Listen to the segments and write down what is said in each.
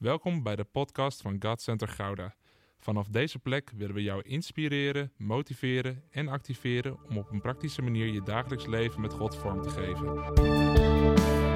Welkom bij de podcast van God Center Gouda. Vanaf deze plek willen we jou inspireren, motiveren en activeren om op een praktische manier je dagelijks leven met God vorm te geven.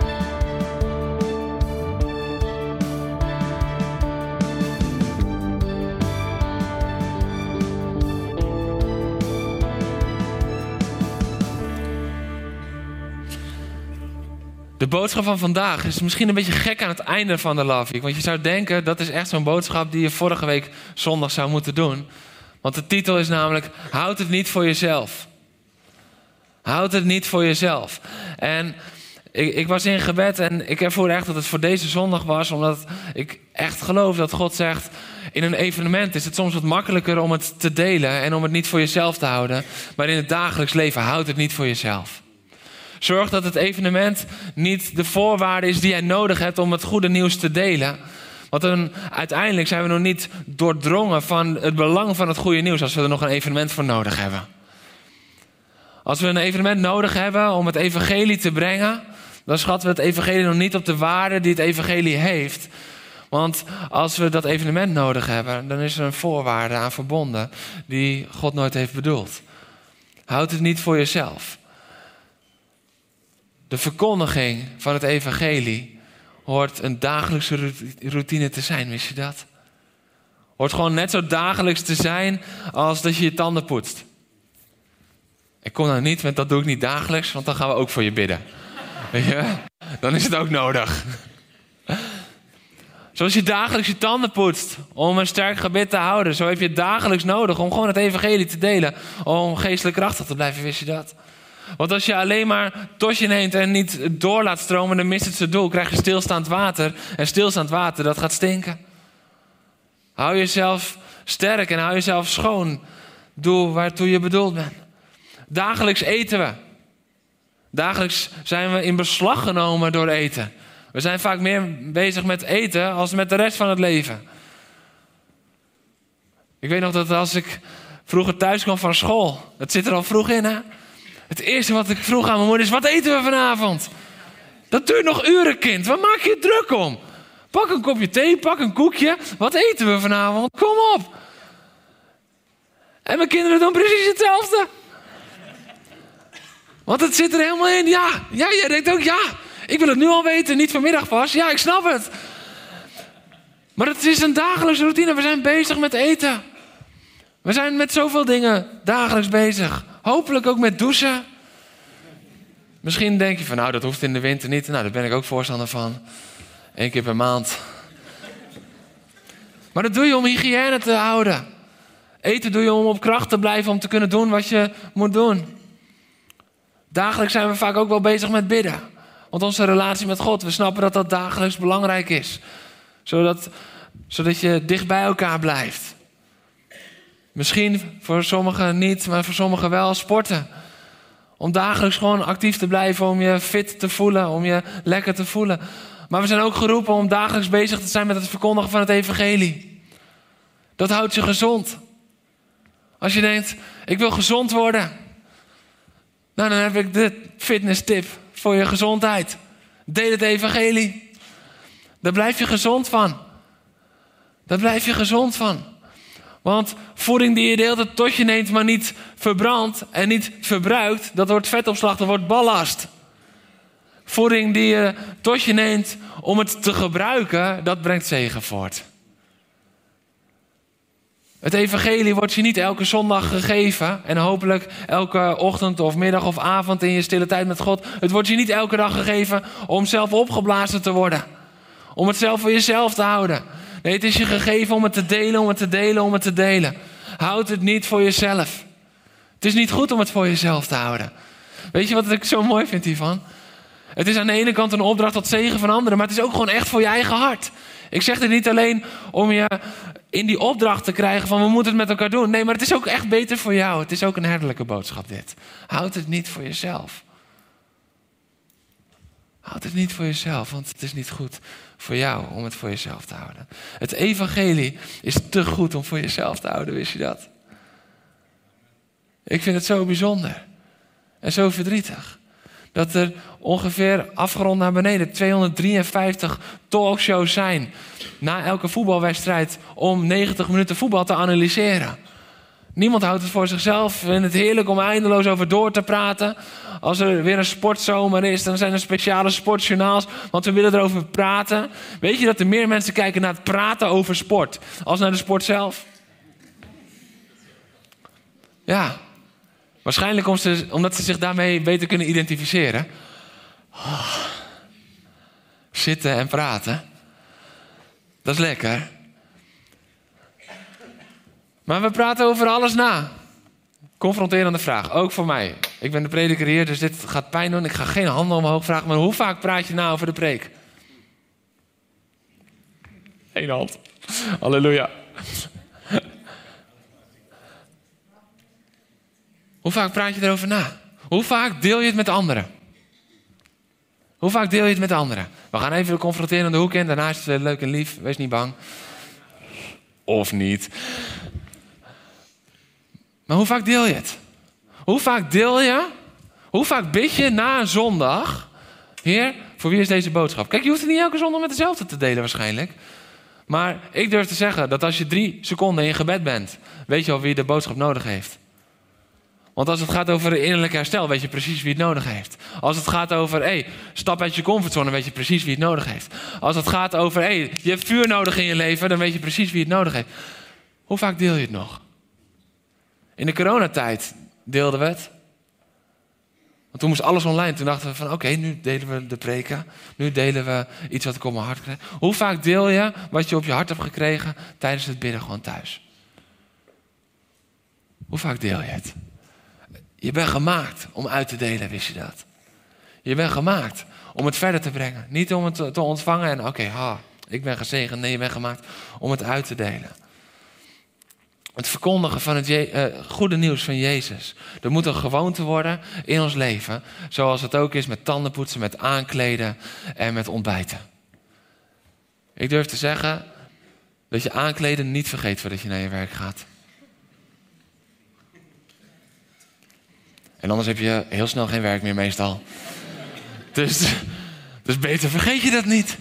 De boodschap van vandaag is misschien een beetje gek aan het einde van de Love Week. Want je zou denken, dat is echt zo'n boodschap die je vorige week zondag zou moeten doen. Want de titel is namelijk, houd het niet voor jezelf. Houd het niet voor jezelf. En ik was in gebed en ik ervoer echt dat het voor deze zondag was. Omdat ik echt geloof dat God zegt, in een evenement is het soms wat makkelijker om het te delen. En om het niet voor jezelf te houden. Maar in het dagelijks leven, houd het niet voor jezelf. Zorg dat het evenement niet de voorwaarde is die jij nodig hebt om het goede nieuws te delen. Want dan, uiteindelijk zijn we nog niet doordrongen van het belang van het goede nieuws als we er nog een evenement voor nodig hebben. Als we een evenement nodig hebben om het evangelie te brengen, dan schatten we het evangelie nog niet op de waarde die het evangelie heeft. Want als we dat evenement nodig hebben, dan is er een voorwaarde aan verbonden die God nooit heeft bedoeld. Houd het niet voor jezelf. De verkondiging van het evangelie hoort een dagelijkse routine te zijn, wist je dat? Hoort gewoon net zo dagelijks te zijn als dat je je tanden poetst. Ik kom nou niet met dat doe ik niet dagelijks, want dan gaan we ook voor je bidden. Weet je? Dan is het ook nodig. Zoals je dagelijks je tanden poetst om een sterk gebed te houden, zo heb je het dagelijks nodig om gewoon het evangelie te delen, om geestelijk krachtig te blijven, wist je dat? Want als je alleen maar tosje neemt en niet door laat stromen, dan mist het zijn doel. Krijg je stilstaand water. En stilstaand water, dat gaat stinken. Hou jezelf sterk en hou jezelf schoon. Doe waartoe je bedoeld bent. Dagelijks eten we. Dagelijks zijn we in beslag genomen door eten. We zijn vaak meer bezig met eten als met de rest van het leven. Ik weet nog dat als ik vroeger thuis kwam van school, het zit er al vroeg in, hè? Het eerste wat ik vroeg aan mijn moeder is, wat eten we vanavond? Dat duurt nog uren, kind. Waar maak je het druk om? Pak een kopje thee, pak een koekje. Wat eten we vanavond? Kom op. En mijn kinderen doen precies hetzelfde. Want het zit er helemaal in. Ja, jij denkt ook, ja. Ik wil het nu al weten, niet vanmiddag pas. Ja, ik snap het. Maar het is een dagelijkse routine. We zijn bezig met eten. We zijn met zoveel dingen dagelijks bezig. Hopelijk ook met douchen. Misschien denk je van, nou, dat hoeft in de winter niet. Nou, daar ben ik ook voorstander van. 1 keer per maand. Maar dat doe je om hygiëne te houden. Eten doe je om op kracht te blijven, om te kunnen doen wat je moet doen. Dagelijks zijn we vaak ook wel bezig met bidden. Want onze relatie met God, we snappen dat dat dagelijks belangrijk is. Zodat je dicht bij elkaar blijft. Misschien voor sommigen niet, maar voor sommigen wel sporten. Om dagelijks gewoon actief te blijven, om je fit te voelen, om je lekker te voelen. Maar we zijn ook geroepen om dagelijks bezig te zijn met het verkondigen van het evangelie. Dat houdt je gezond. Als je denkt, ik wil gezond worden. Nou, dan heb ik de fitness tip voor je gezondheid. Deel het evangelie. Daar blijf je gezond van. Daar blijf je gezond van. Want voeding die je de hele tijd tot je neemt, maar niet verbrandt en niet verbruikt, dat wordt vetopslag, dat wordt ballast. Voeding die je tot je neemt om het te gebruiken, dat brengt zegen voort. Het evangelie wordt je niet elke zondag gegeven en hopelijk elke ochtend of middag of avond in je stille tijd met God. Het wordt je niet elke dag gegeven om zelf opgeblazen te worden. Om het zelf voor jezelf te houden. Nee, het is je gegeven om het te delen, om het te delen, om het te delen. Houd het niet voor jezelf. Het is niet goed om het voor jezelf te houden. Weet je wat ik zo mooi vind hiervan? Het is aan de ene kant een opdracht tot zegen van anderen, maar het is ook gewoon echt voor je eigen hart. Ik zeg dit niet alleen om je in die opdracht te krijgen van we moeten het met elkaar doen. Nee, maar het is ook echt beter voor jou. Het is ook een herderlijke boodschap dit. Houd het niet voor jezelf. Houd het niet voor jezelf, want het is niet goed voor jou om het voor jezelf te houden. Het evangelie is te goed om voor jezelf te houden, wist je dat? Ik vind het zo bijzonder en zo verdrietig. dat er ongeveer afgerond naar beneden 253 talkshows zijn na elke voetbalwedstrijd om 90 minuten voetbal te analyseren. Niemand houdt het voor zichzelf. We vinden het heerlijk om eindeloos over door te praten. Als er weer een sportzomer is, dan zijn er speciale sportjournaals, want we willen erover praten. Weet je dat er meer mensen kijken naar het praten over sport als naar de sport zelf? Ja, waarschijnlijk omdat ze zich daarmee beter kunnen identificeren. Zitten en praten. Dat is lekker. Maar we praten over alles na. Confronterende vraag, ook voor mij. Ik ben de prediker hier, dus dit gaat pijn doen. Ik ga geen handen omhoog vragen, maar hoe vaak praat je na over de preek? 1 hand. Halleluja. Hoe vaak praat je erover na? Hoe vaak deel je het met anderen? Hoe vaak deel je het met anderen? We gaan even de confronterende hoek in. Daarna is het leuk en lief. Wees niet bang. Of niet. Maar hoe vaak deel je het? Hoe vaak deel je? Hoe vaak bid je na een zondag? Heer, voor wie is deze boodschap? Kijk, je hoeft het niet elke zondag met dezelfde te delen waarschijnlijk. Maar ik durf te zeggen dat als je 3 seconden in gebed bent, weet je al wie de boodschap nodig heeft. Want als het gaat over innerlijk herstel, weet je precies wie het nodig heeft. Als het gaat over, stap uit je comfortzone, weet je precies wie het nodig heeft. Als het gaat over, je hebt vuur nodig in je leven, dan weet je precies wie het nodig heeft. Hoe vaak deel je het nog? In de coronatijd deelden we het. Want toen moest alles online. Toen dachten we van, oké, nu delen we de preken. Nu delen we iets wat ik op mijn hart krijg. Hoe vaak deel je wat je op je hart hebt gekregen tijdens het bidden gewoon thuis? Hoe vaak deel je het? Je bent gemaakt om uit te delen, wist je dat? Je bent gemaakt om het verder te brengen. Niet om het te ontvangen en ik ben gezegend. Nee, je bent gemaakt om het uit te delen. Het verkondigen van het goede nieuws van Jezus. Dat moet een gewoonte worden in ons leven. Zoals het ook is met tandenpoetsen, met aankleden en met ontbijten. Ik durf te zeggen dat je aankleden niet vergeet voordat je naar je werk gaat. En anders heb je heel snel geen werk meer meestal. Dus beter vergeet je dat niet.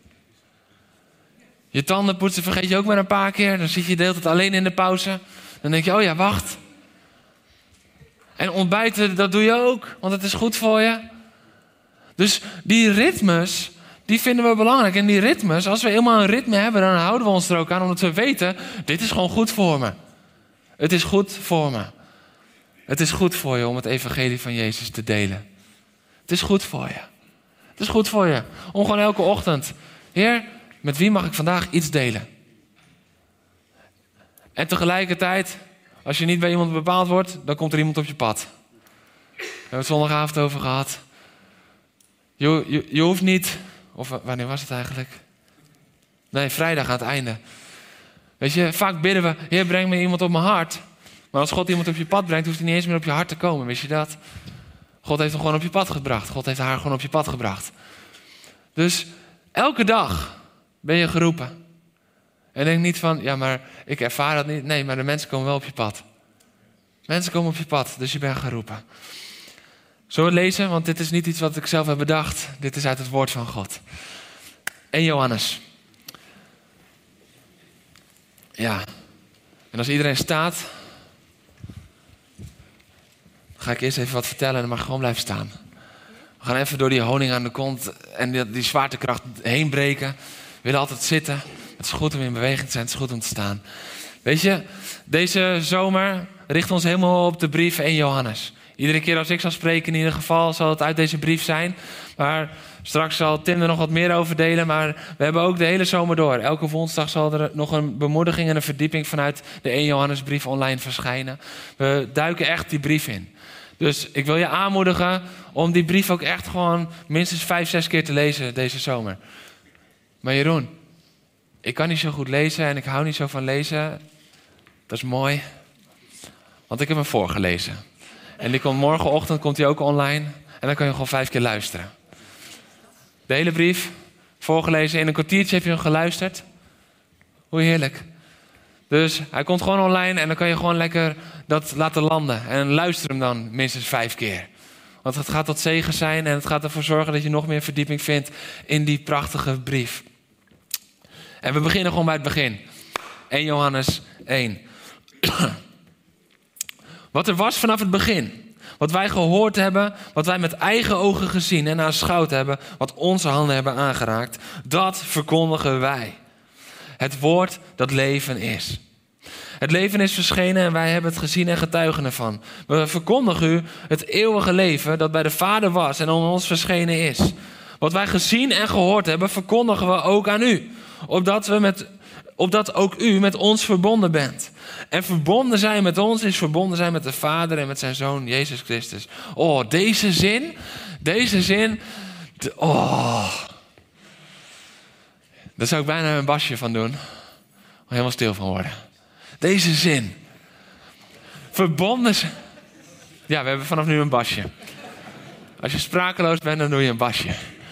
Je tanden poetsen vergeet je ook maar een paar keer. Dan zit je de hele tijd alleen in de pauze. Dan denk je, wacht. En ontbijten, dat doe je ook. Want het is goed voor je. Dus die ritmes, die vinden we belangrijk. En die ritmes, als we helemaal een ritme hebben, dan houden we ons er ook aan. Omdat we weten, dit is gewoon goed voor me. Het is goed voor me. Het is goed voor je om het evangelie van Jezus te delen. Het is goed voor je. Het is goed voor je. Om gewoon elke ochtend. Heer, met wie mag ik vandaag iets delen? En tegelijkertijd, als je niet bij iemand bepaald wordt, dan komt er iemand op je pad. We hebben het zondagavond over gehad. Je hoeft niet... Of wanneer was het eigenlijk? Nee, vrijdag aan het einde. Weet je, vaak bidden we, Heer, breng me iemand op mijn hart. Maar als God iemand op je pad brengt, hoeft hij niet eens meer op je hart te komen. Wist je dat? God heeft hem gewoon op je pad gebracht. God heeft haar gewoon op je pad gebracht. Dus elke dag ben je geroepen. En denk niet van, maar ik ervaar dat niet. Nee, maar de mensen komen wel op je pad. Mensen komen op je pad, dus je bent geroepen. Zullen we het lezen? Want dit is niet iets wat ik zelf heb bedacht. Dit is uit het woord van God. 1 Johannes. Ja. En als iedereen staat, ga ik eerst even wat vertellen en dan mag je gewoon blijven staan. We gaan even door die honing aan de kont en die zwaartekracht heen breken. We willen altijd zitten. Het is goed om in beweging te zijn, het is goed om te staan. Weet je, deze zomer richten we ons helemaal op de brief 1 Johannes. Iedere keer als ik zal spreken, in ieder geval, zal het uit deze brief zijn. Maar straks zal Tim er nog wat meer over delen. Maar we hebben ook de hele zomer door. Elke woensdag zal er nog een bemoediging en een verdieping vanuit de 1 Johannesbrief online verschijnen. We duiken echt die brief in. Dus ik wil je aanmoedigen om die brief ook echt gewoon minstens 5-6 keer te lezen deze zomer. Maar Jeroen, ik kan niet zo goed lezen en ik hou niet zo van lezen. Dat is mooi. Want ik heb hem voorgelezen. En die komt morgenochtend komt hij ook online. En dan kan je gewoon 5 keer luisteren. De hele brief, voorgelezen. In een kwartiertje heb je hem geluisterd. Hoe heerlijk. Dus hij komt gewoon online en dan kan je gewoon lekker dat laten landen. En luister hem dan minstens 5 keer. Want het gaat tot zegen zijn en het gaat ervoor zorgen dat je nog meer verdieping vindt in die prachtige brief. En we beginnen gewoon bij het begin. 1 Johannes 1. Wat er was vanaf het begin. Wat wij gehoord hebben, wat wij met eigen ogen gezien en aanschouwd hebben, wat onze handen hebben aangeraakt, dat verkondigen wij. Het woord dat leven is. Het leven is verschenen en wij hebben het gezien en getuigen ervan. We verkondigen u het eeuwige leven dat bij de Vader was en aan ons verschenen is. Wat wij gezien en gehoord hebben, verkondigen we ook aan u. Opdat ook u met ons verbonden bent. En verbonden zijn met ons is verbonden zijn met de Vader en met zijn Zoon Jezus Christus. Oh, deze zin. Daar zou ik bijna een basje van doen. Helemaal stil van worden. Deze zin. Verbonden zijn. Ja, we hebben vanaf nu een basje. Als je sprakeloos bent, dan doe je een basje.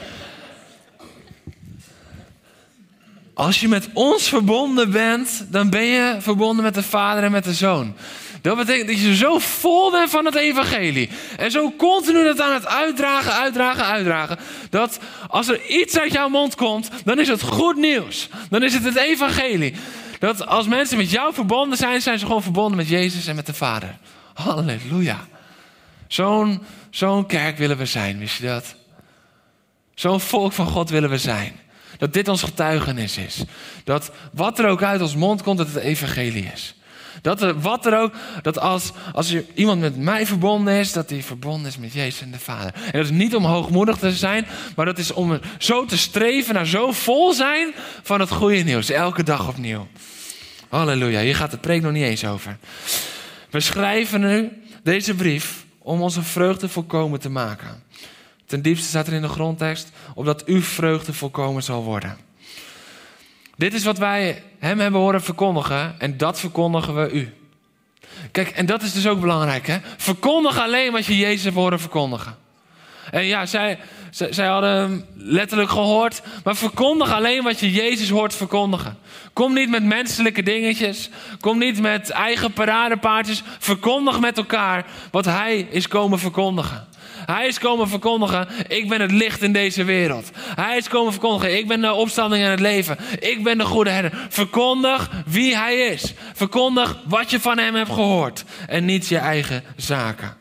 Als je met ons verbonden bent, dan ben je verbonden met de Vader en met de Zoon. Dat betekent dat je zo vol bent van het evangelie. En zo continu dat aan het uitdragen. Dat als er iets uit jouw mond komt, dan is het goed nieuws. Dan is het evangelie. Dat als mensen met jou verbonden zijn, zijn ze gewoon verbonden met Jezus en met de Vader. Halleluja. Zo'n kerk willen we zijn, wist je dat? Zo'n volk van God willen we zijn. Dat dit ons getuigenis is. Dat wat er ook uit ons mond komt, dat het evangelie is. Dat als er iemand met mij verbonden is, dat hij verbonden is met Jezus en de Vader. En dat is niet om hoogmoedig te zijn, maar dat is om zo te streven naar zo vol zijn van het goede nieuws. Elke dag opnieuw. Halleluja, hier gaat de preek nog niet eens over. We schrijven nu deze brief om onze vreugde volkomen te maken. Ten diepste staat er in de grondtekst, opdat uw vreugde volkomen zal worden. Dit is wat wij hem hebben horen verkondigen en dat verkondigen we u. Kijk, en dat is dus ook belangrijk, hè? Verkondig alleen wat je Jezus hebt horen verkondigen. En ja, zij hadden hem letterlijk gehoord, maar verkondig alleen wat je Jezus hoort verkondigen. Kom niet met menselijke dingetjes, kom niet met eigen paradepaardjes. Verkondig met elkaar wat hij is komen verkondigen. Hij is komen verkondigen, ik ben het licht in deze wereld. Hij is komen verkondigen, ik ben de opstanding en het leven. Ik ben de goede herder. Verkondig wie hij is. Verkondig wat je van hem hebt gehoord. En niet je eigen zaken.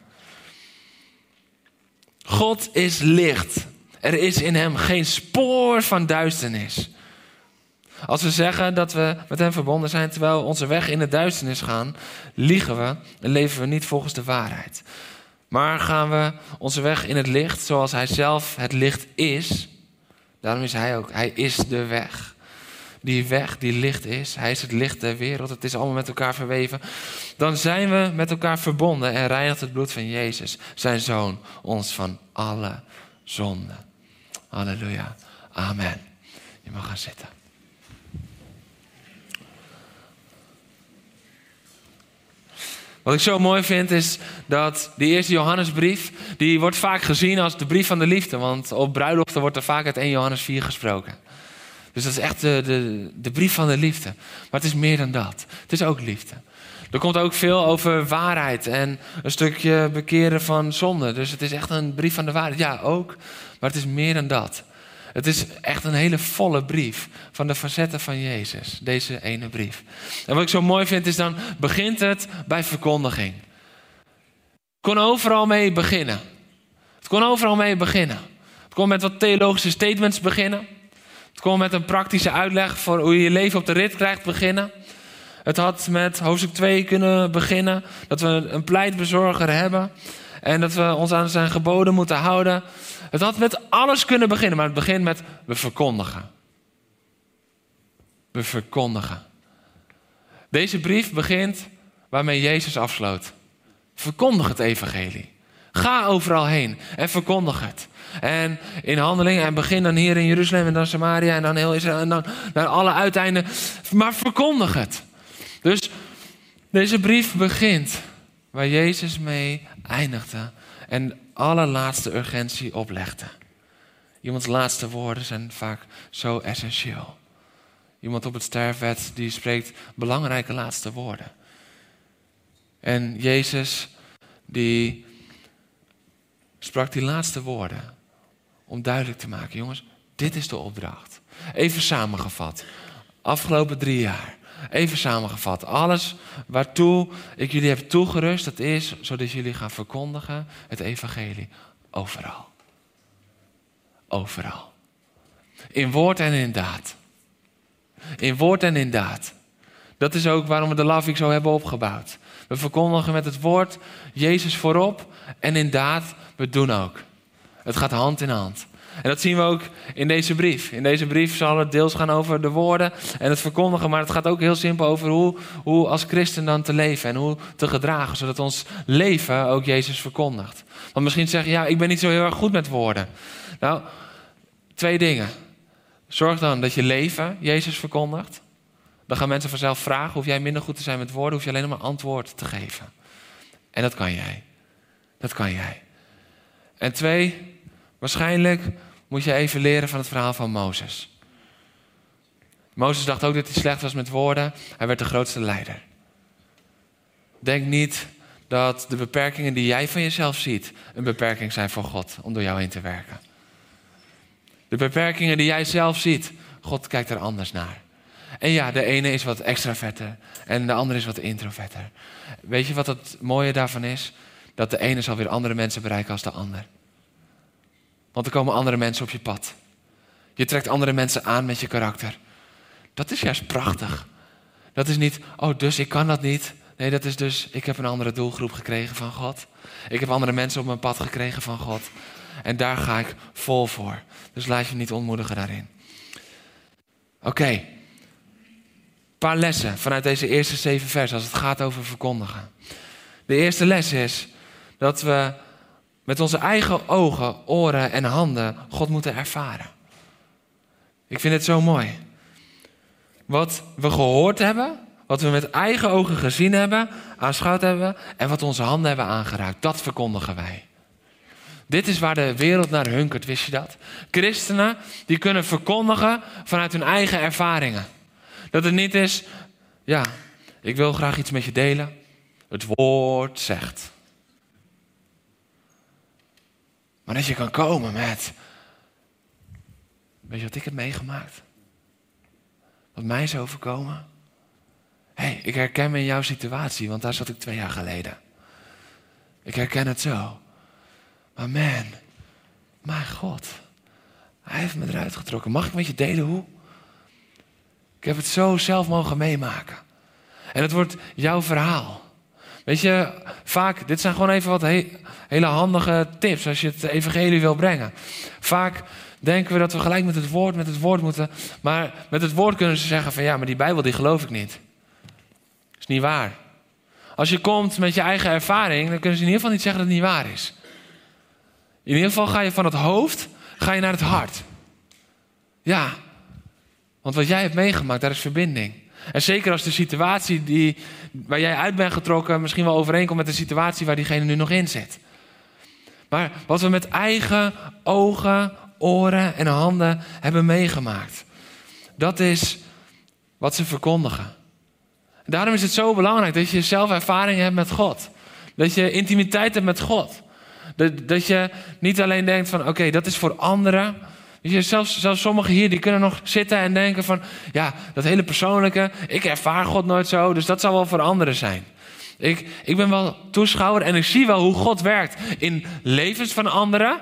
God is licht. Er is in hem geen spoor van duisternis. Als we zeggen dat we met hem verbonden zijn terwijl we onze weg in de duisternis gaan, liegen we en leven we niet volgens de waarheid. Maar gaan we onze weg in het licht, zoals hij zelf het licht is. Daarom is hij ook. Hij is de weg. Die weg die licht is. Hij is het licht der wereld. Het is allemaal met elkaar verweven. Dan zijn we met elkaar verbonden en reinigt het bloed van Jezus, zijn Zoon, ons van alle zonden. Halleluja. Amen. Je mag gaan zitten. Wat ik zo mooi vind is dat die eerste Johannesbrief, die wordt vaak gezien als de brief van de liefde. Want op bruiloften wordt er vaak uit 1 Johannes 4 gesproken. Dus dat is echt de brief van de liefde. Maar het is meer dan dat. Het is ook liefde. Er komt ook veel over waarheid en een stukje bekeren van zonde. Dus het is echt een brief van de waarheid. Ja, ook. Maar het is meer dan dat. Het is echt een hele volle brief van de facetten van Jezus. Deze ene brief. En wat ik zo mooi vind is dan begint het bij verkondiging. Het kon overal mee beginnen. Het kon met wat theologische statements beginnen. Het kon met een praktische uitleg voor hoe je je leven op de rit krijgt beginnen. Het had met hoofdstuk 2 kunnen beginnen. Dat we een pleitbezorger hebben. En dat we ons aan zijn geboden moeten houden. Het had met alles kunnen beginnen. Maar het begint met we verkondigen. We verkondigen. Deze brief begint waarmee Jezus afsloot. Verkondig het evangelie. Ga overal heen en verkondig het. En in Handelingen, en begin dan hier in Jeruzalem en dan Samaria en dan heel Israël en dan naar alle uiteinden. Maar verkondig het. Dus deze brief begint waar Jezus mee eindigde en allerlaatste urgentie oplegde. Iemands laatste woorden zijn vaak zo essentieel. Iemand op het sterfbed die spreekt belangrijke laatste woorden. En Jezus die sprak die laatste woorden om duidelijk te maken, jongens, dit is de opdracht. Even samengevat, afgelopen 3 jaar. Even samengevat, alles waartoe ik jullie heb toegerust, dat is zodat jullie gaan verkondigen het evangelie overal. Overal. In woord en in daad. In woord en in daad. Dat is ook waarom we de Love Week zo hebben opgebouwd. We verkondigen met het woord Jezus voorop en in daad, we doen ook. Het gaat hand in hand. En dat zien we ook in deze brief. In deze brief zal het deels gaan over de woorden en het verkondigen, maar het gaat ook heel simpel over hoe als christen dan te leven en hoe te gedragen, zodat ons leven ook Jezus verkondigt. Want misschien zeg je, ja, ik ben niet zo heel erg goed met woorden. Nou, 2 dingen. Zorg dan dat je leven Jezus verkondigt. Dan gaan mensen vanzelf vragen, hoef jij minder goed te zijn met woorden, hoef je alleen maar antwoord te geven. En dat kan jij. Dat kan jij. En 2, waarschijnlijk moet je even leren van het verhaal van Mozes. Mozes dacht ook dat hij slecht was met woorden. Hij werd de grootste leider. Denk niet dat de beperkingen die jij van jezelf ziet een beperking zijn voor God om door jou heen te werken. De beperkingen die jij zelf ziet, God kijkt er anders naar. En ja, de ene is wat extraverter en de andere is wat introverter. Weet je wat het mooie daarvan is? Dat de ene zal weer andere mensen bereiken als de ander. Want er komen andere mensen op je pad. Je trekt andere mensen aan met je karakter. Dat is juist prachtig. Dat is niet, oh dus ik kan dat niet. Nee, dat is dus, ik heb een andere doelgroep gekregen van God. Ik heb andere mensen op mijn pad gekregen van God. En daar ga ik vol voor. Dus laat je niet ontmoedigen daarin. Oké. Een paar lessen vanuit deze eerste 7 versen als het gaat over verkondigen. De eerste les is dat we met onze eigen ogen, oren en handen God moeten ervaren. Ik vind het zo mooi. Wat we gehoord hebben, wat we met eigen ogen gezien hebben, aanschouwd hebben en wat onze handen hebben aangeraakt, dat verkondigen wij. Dit is waar de wereld naar hunkert, wist je dat? Christenen die kunnen verkondigen vanuit hun eigen ervaringen. Dat het niet is, ja, ik wil graag iets met je delen. Het woord zegt. Maar dat je kan komen met, weet je wat ik heb meegemaakt? Wat mij is overkomen? Hé, ik herken me in jouw situatie, want daar zat ik 2 jaar geleden. Ik herken het zo. Maar mijn God, hij heeft me eruit getrokken. Mag ik met je delen hoe? Ik heb het zo zelf mogen meemaken. En het wordt jouw verhaal. Weet je, vaak, dit zijn gewoon even wat hele handige tips als je het evangelie wil brengen. Vaak denken we dat we gelijk met het woord moeten. Maar met het woord kunnen ze zeggen van ja, maar die Bijbel die geloof ik niet. Dat is niet waar. Als je komt met je eigen ervaring, dan kunnen ze in ieder geval niet zeggen dat het niet waar is. In ieder geval ga je van het hoofd naar het hart. Ja, want wat jij hebt meegemaakt, daar is verbinding. En zeker als de situatie waar jij uit bent getrokken misschien wel overeenkomt met de situatie waar diegene nu nog in zit. Maar wat we met eigen ogen, oren en handen hebben meegemaakt. Dat is wat ze verkondigen. Daarom is het zo belangrijk dat je zelf ervaring hebt met God. Dat je intimiteit hebt met God. Dat je niet alleen denkt van oké, dat is voor anderen. Zelfs sommigen hier die kunnen nog zitten en denken van ja, dat hele persoonlijke, ik ervaar God nooit zo, dus dat zal wel voor anderen zijn. Ik ben wel toeschouwer en ik zie wel hoe God werkt in levens van anderen.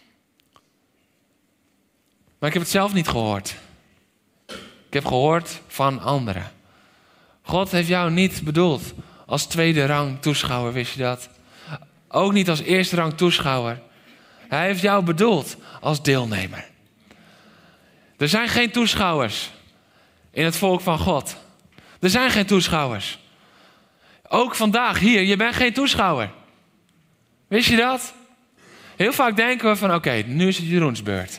Maar ik heb het zelf niet gehoord. Ik heb gehoord van anderen. God heeft jou niet bedoeld als tweede rang toeschouwer, wist je dat? Ook niet als eerste rang toeschouwer. Hij heeft jou bedoeld als deelnemer. Er zijn geen toeschouwers in het volk van God. Er zijn geen toeschouwers. Ook vandaag hier, je bent geen toeschouwer. Wist je dat? Heel vaak denken we van oké, nu is het Jeroens beurt.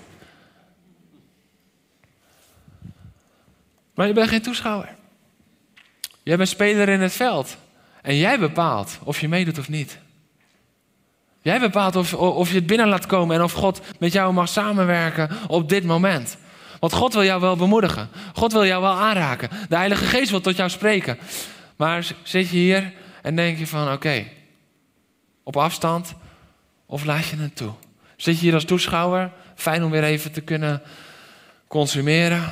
Maar je bent geen toeschouwer. Jij bent speler in het veld. En jij bepaalt of je meedoet of niet. Jij bepaalt of je het binnen laat komen en of God met jou mag samenwerken op dit moment. Want God wil jou wel bemoedigen. God wil jou wel aanraken. De Heilige Geest wil tot jou spreken. Maar zit je hier en denk je van oké, op afstand Of laat je het toe? Zit je hier als toeschouwer? Fijn om weer even te kunnen consumeren.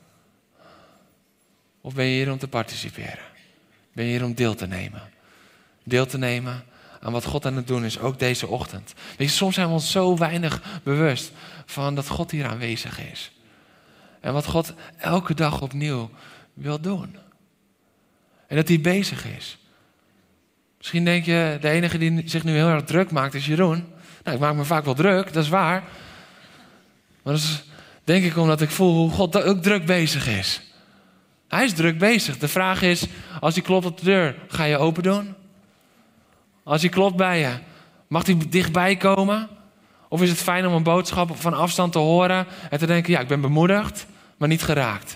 Of ben je hier om te participeren? Ben je hier om deel te nemen? Deel te nemen aan wat God aan het doen is, ook deze ochtend. Weet je, soms zijn we ons zo weinig bewust van dat God hier aanwezig is. En wat God elke dag opnieuw wil doen. En dat hij bezig is. Misschien denk je, de enige die zich nu heel erg druk maakt is Jeroen. Nou, ik maak me vaak wel druk, dat is waar. Maar dat is denk ik omdat ik voel hoe God ook druk bezig is. Hij is druk bezig. De vraag is, als hij klopt op de deur, ga je open doen? Als hij klopt bij je, mag hij dichtbij komen? Of is het fijn om een boodschap van afstand te horen en te denken, ja, ik ben bemoedigd, maar niet geraakt?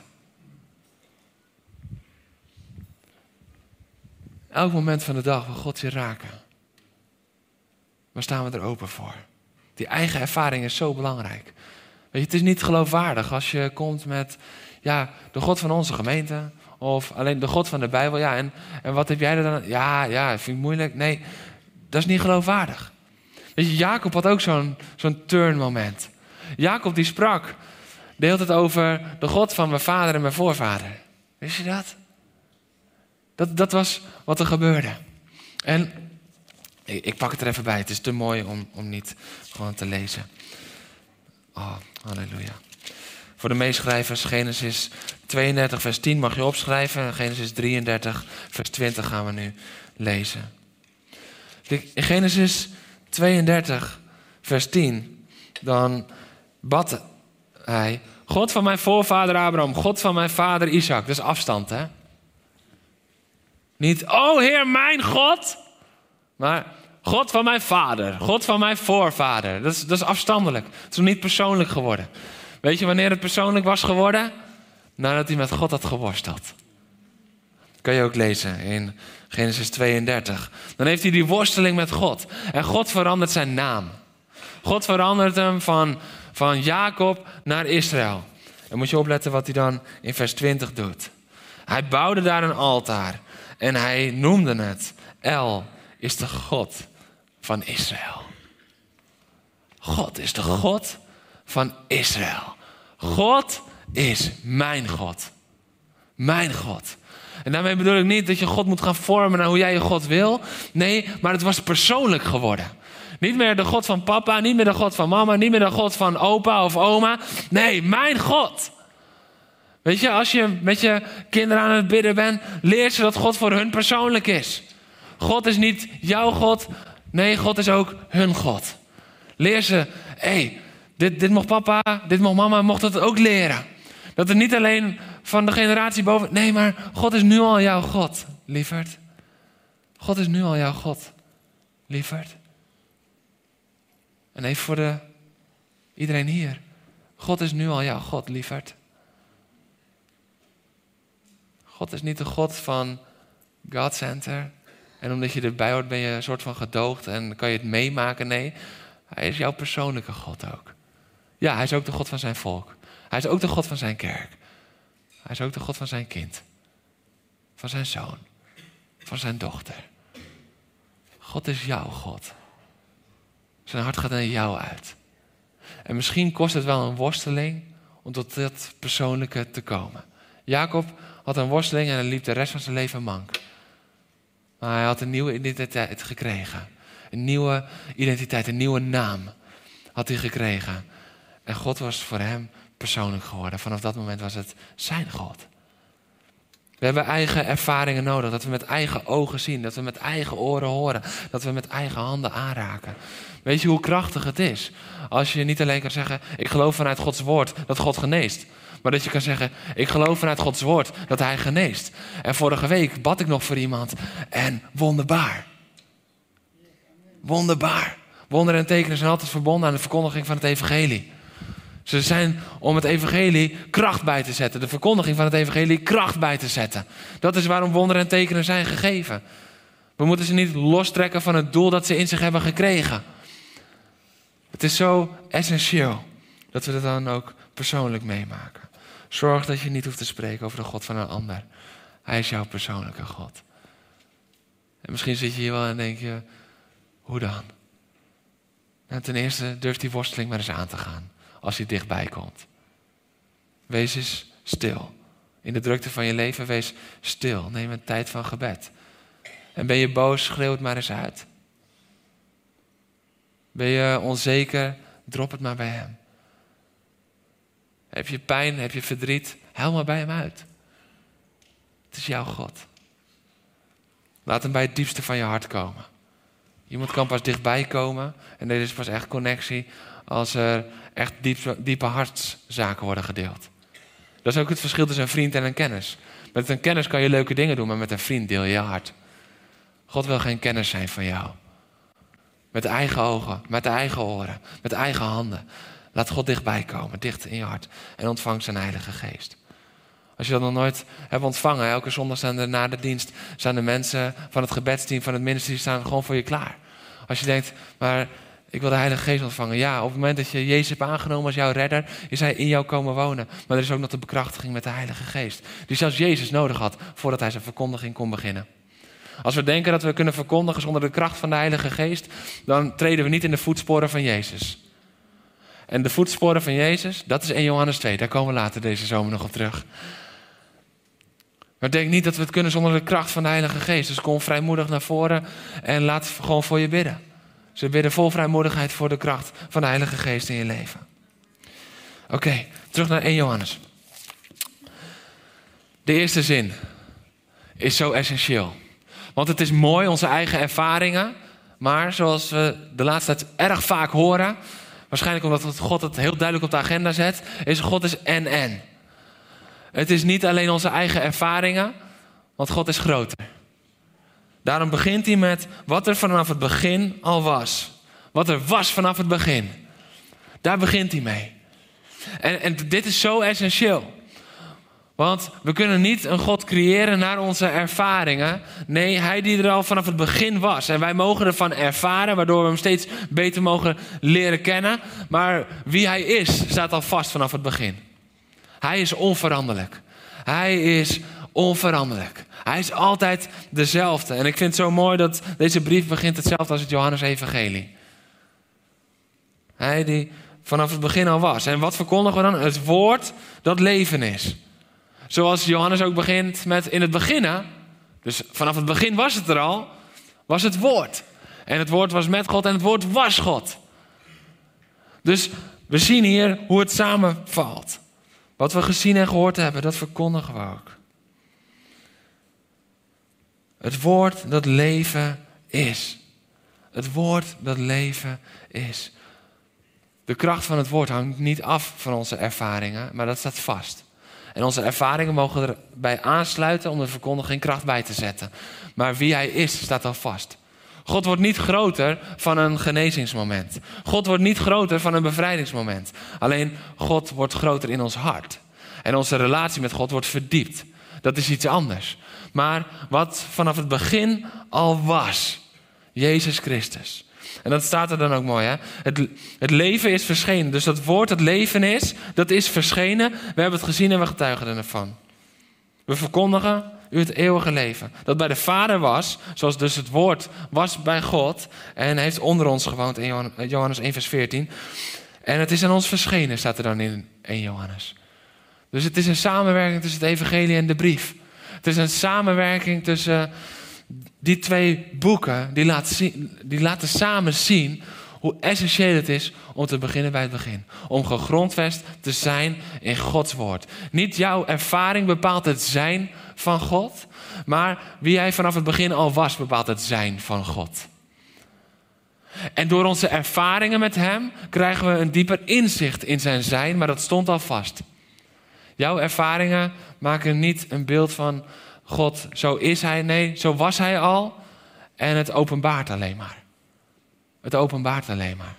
Elk moment van de dag wil God je raken. Waar staan we er open voor? Die eigen ervaring is zo belangrijk. Weet je, het is niet geloofwaardig als je komt met, ja, de God van onze gemeente. Of alleen de God van de Bijbel. Ja, en wat heb jij er dan? Ja, vind ik moeilijk. Nee, dat is niet geloofwaardig. Weet je, Jacob had ook zo'n turnmoment. Jacob die sprak de hele tijd over de God van mijn vader en mijn voorvader. Wist je dat? Dat was wat er gebeurde. En ik pak het er even bij. Het is te mooi om niet gewoon te lezen. Oh, halleluja. Voor de meeschrijvers, Genesis 32 vers 10 mag je opschrijven. En Genesis 33 vers 20 gaan we nu lezen. In Genesis 32 vers 10, dan bad hij, God van mijn voorvader Abraham, God van mijn vader Isaac. Dat is afstand, hè? Niet, oh Heer, mijn God. Maar God van mijn vader, God van mijn voorvader. Dat is afstandelijk. Het is nog niet persoonlijk geworden. Weet je wanneer het persoonlijk was geworden? Nadat hij met God had geworsteld. Dat kan je ook lezen in Genesis 32. Dan heeft hij die worsteling met God. En God verandert zijn naam. God verandert hem van Jacob naar Israël. En moet je opletten wat hij dan in vers 20 doet. Hij bouwde daar een altaar. En hij noemde het El is de God van Israël. God is de God van Israël. God is mijn God. Mijn God. En daarmee bedoel ik niet dat je God moet gaan vormen naar hoe jij je God wil. Nee, maar het was persoonlijk geworden. Niet meer de God van papa, niet meer de God van mama, niet meer de God van opa of oma. Nee, mijn God. Weet je, als je met je kinderen aan het bidden bent, leer ze dat God voor hun persoonlijk is. God is niet jouw God. Nee, God is ook hun God. Leer ze, dit mocht papa, dit mocht mama, mocht het ook leren. Dat het niet alleen van de generatie boven... Nee, maar God is nu al jouw God, lieverd. God is nu al jouw God, lieverd. En even voor iedereen hier. God is nu al jouw God, lieverd. God is niet de God van God Center. En omdat je erbij hoort ben je een soort van gedoogd en kan je het meemaken. Nee, hij is jouw persoonlijke God ook. Ja, hij is ook de God van zijn volk. Hij is ook de God van zijn kerk. Hij is ook de God van zijn kind. Van zijn zoon. Van zijn dochter. God is jouw God. Zijn hart gaat naar jou uit. En misschien kost het wel een worsteling om tot dat persoonlijke te komen. Jacob had een worsteling en hij liep de rest van zijn leven mank. Maar hij had een nieuwe identiteit gekregen. Een nieuwe identiteit, een nieuwe naam had hij gekregen. En God was voor hem persoonlijk geworden. Vanaf dat moment was het zijn God. We hebben eigen ervaringen nodig. Dat we met eigen ogen zien. Dat we met eigen oren horen. Dat we met eigen handen aanraken. Weet je hoe krachtig het is? Als je niet alleen kan zeggen, ik geloof vanuit Gods woord dat God geneest. Maar dat je kan zeggen, ik geloof vanuit Gods woord dat hij geneest. En vorige week bad ik nog voor iemand. En wonderbaar. Wonderbaar. Wonderen en tekenen zijn altijd verbonden aan de verkondiging van het evangelie. Ze zijn om het evangelie kracht bij te zetten. De verkondiging van het evangelie kracht bij te zetten. Dat is waarom wonderen en tekenen zijn gegeven. We moeten ze niet lostrekken van het doel dat ze in zich hebben gekregen. Het is zo essentieel dat we dat dan ook persoonlijk meemaken. Zorg dat je niet hoeft te spreken over de God van een ander. Hij is jouw persoonlijke God. En misschien zit je hier wel en denk je, hoe dan? Nou, ten eerste, durf die worsteling maar eens aan te gaan. Als hij dichtbij komt. Wees eens stil. In de drukte van je leven, wees stil. Neem een tijd van gebed. En ben je boos, schreeuw het maar eens uit. Ben je onzeker, drop het maar bij hem. Heb je pijn, heb je verdriet, huil maar bij hem uit. Het is jouw God. Laat hem bij het diepste van je hart komen. Iemand kan pas dichtbij komen en er is pas echt connectie als er echt diepe hartszaken worden gedeeld. Dat is ook het verschil tussen een vriend en een kennis. Met een kennis kan je leuke dingen doen, maar met een vriend deel je je hart. God wil geen kennis zijn van jou. Met de eigen ogen, met de eigen oren, met de eigen handen. Laat God dichtbij komen, dicht in je hart. En ontvang zijn Heilige Geest. Als je dat nog nooit hebt ontvangen, elke zondag staan er na de dienst, staan de mensen van het gebedsteam, van het ministerie, staan gewoon voor je klaar. Als je denkt, maar ik wil de Heilige Geest ontvangen. Ja, op het moment dat je Jezus hebt aangenomen als jouw redder, is hij in jou komen wonen. Maar er is ook nog de bekrachtiging met de Heilige Geest. Die zelfs Jezus nodig had voordat hij zijn verkondiging kon beginnen. Als we denken dat we kunnen verkondigen zonder de kracht van de Heilige Geest, dan treden we niet in de voetsporen van Jezus. En de voetsporen van Jezus, dat is 1 Johannes 2. Daar komen we later deze zomer nog op terug. Maar denk niet dat we het kunnen zonder de kracht van de Heilige Geest. Dus kom vrijmoedig naar voren en laat gewoon voor je bidden. Ze bidden vol vrijmoedigheid voor de kracht van de Heilige Geest in je leven. Oké, terug naar 1 Johannes. De eerste zin is zo essentieel. Want het is mooi, onze eigen ervaringen. Maar zoals we de laatste tijd erg vaak horen, waarschijnlijk omdat God het heel duidelijk op de agenda zet, is God is en. Het is niet alleen onze eigen ervaringen, want God is groter. Daarom begint hij met wat er vanaf het begin al was. Wat er was vanaf het begin. Daar begint hij mee. En dit is zo essentieel. Want we kunnen niet een God creëren naar onze ervaringen. Nee, hij die er al vanaf het begin was. En wij mogen ervan ervaren, waardoor we hem steeds beter mogen leren kennen. Maar wie hij is, staat al vast vanaf het begin. Hij is onveranderlijk. Hij is onveranderlijk. Hij is altijd dezelfde. En ik vind het zo mooi dat deze brief begint hetzelfde als het Johannes-evangelie. Hij die vanaf het begin al was. En wat verkondigen we dan? Het woord dat leven is. Zoals Johannes ook begint met in het beginnen. Dus vanaf het begin was het er al. Was het woord. En het woord was met God en het woord was God. Dus we zien hier hoe het samenvalt. Wat we gezien en gehoord hebben, dat verkondigen we ook. Het woord dat leven is. Het woord dat leven is. De kracht van het woord hangt niet af van onze ervaringen, maar dat staat vast. En onze ervaringen mogen erbij aansluiten om de verkondiging kracht bij te zetten. Maar wie hij is, staat al vast. God wordt niet groter van een genezingsmoment. God wordt niet groter van een bevrijdingsmoment. Alleen God wordt groter in ons hart. En onze relatie met God wordt verdiept. Dat is iets anders. Maar wat vanaf het begin al was. Jezus Christus. En dat staat er dan ook mooi, hè? Het leven is verschenen. Dus dat woord dat leven is, dat is verschenen. We hebben het gezien en we getuigen ervan. We verkondigen u het eeuwige leven. Dat bij de Vader was, zoals dus het woord was bij God. En heeft onder ons gewoond in Johannes 1 vers 14. En het is aan ons verschenen, staat er dan in 1 Johannes. Dus het is een samenwerking tussen het evangelie en de brief. Het is een samenwerking tussen die twee boeken. Die laten samen zien hoe essentieel het is om te beginnen bij het begin. Om gegrondvest te zijn in Gods woord. Niet jouw ervaring bepaalt het zijn van God. Maar wie hij vanaf het begin al was, bepaalt het zijn van God. En door onze ervaringen met hem krijgen we een dieper inzicht in zijn zijn. Maar dat stond al vast. Jouw ervaringen maken niet een beeld van God, zo is hij. Nee, zo was hij al. En het openbaart alleen maar. Het openbaart alleen maar.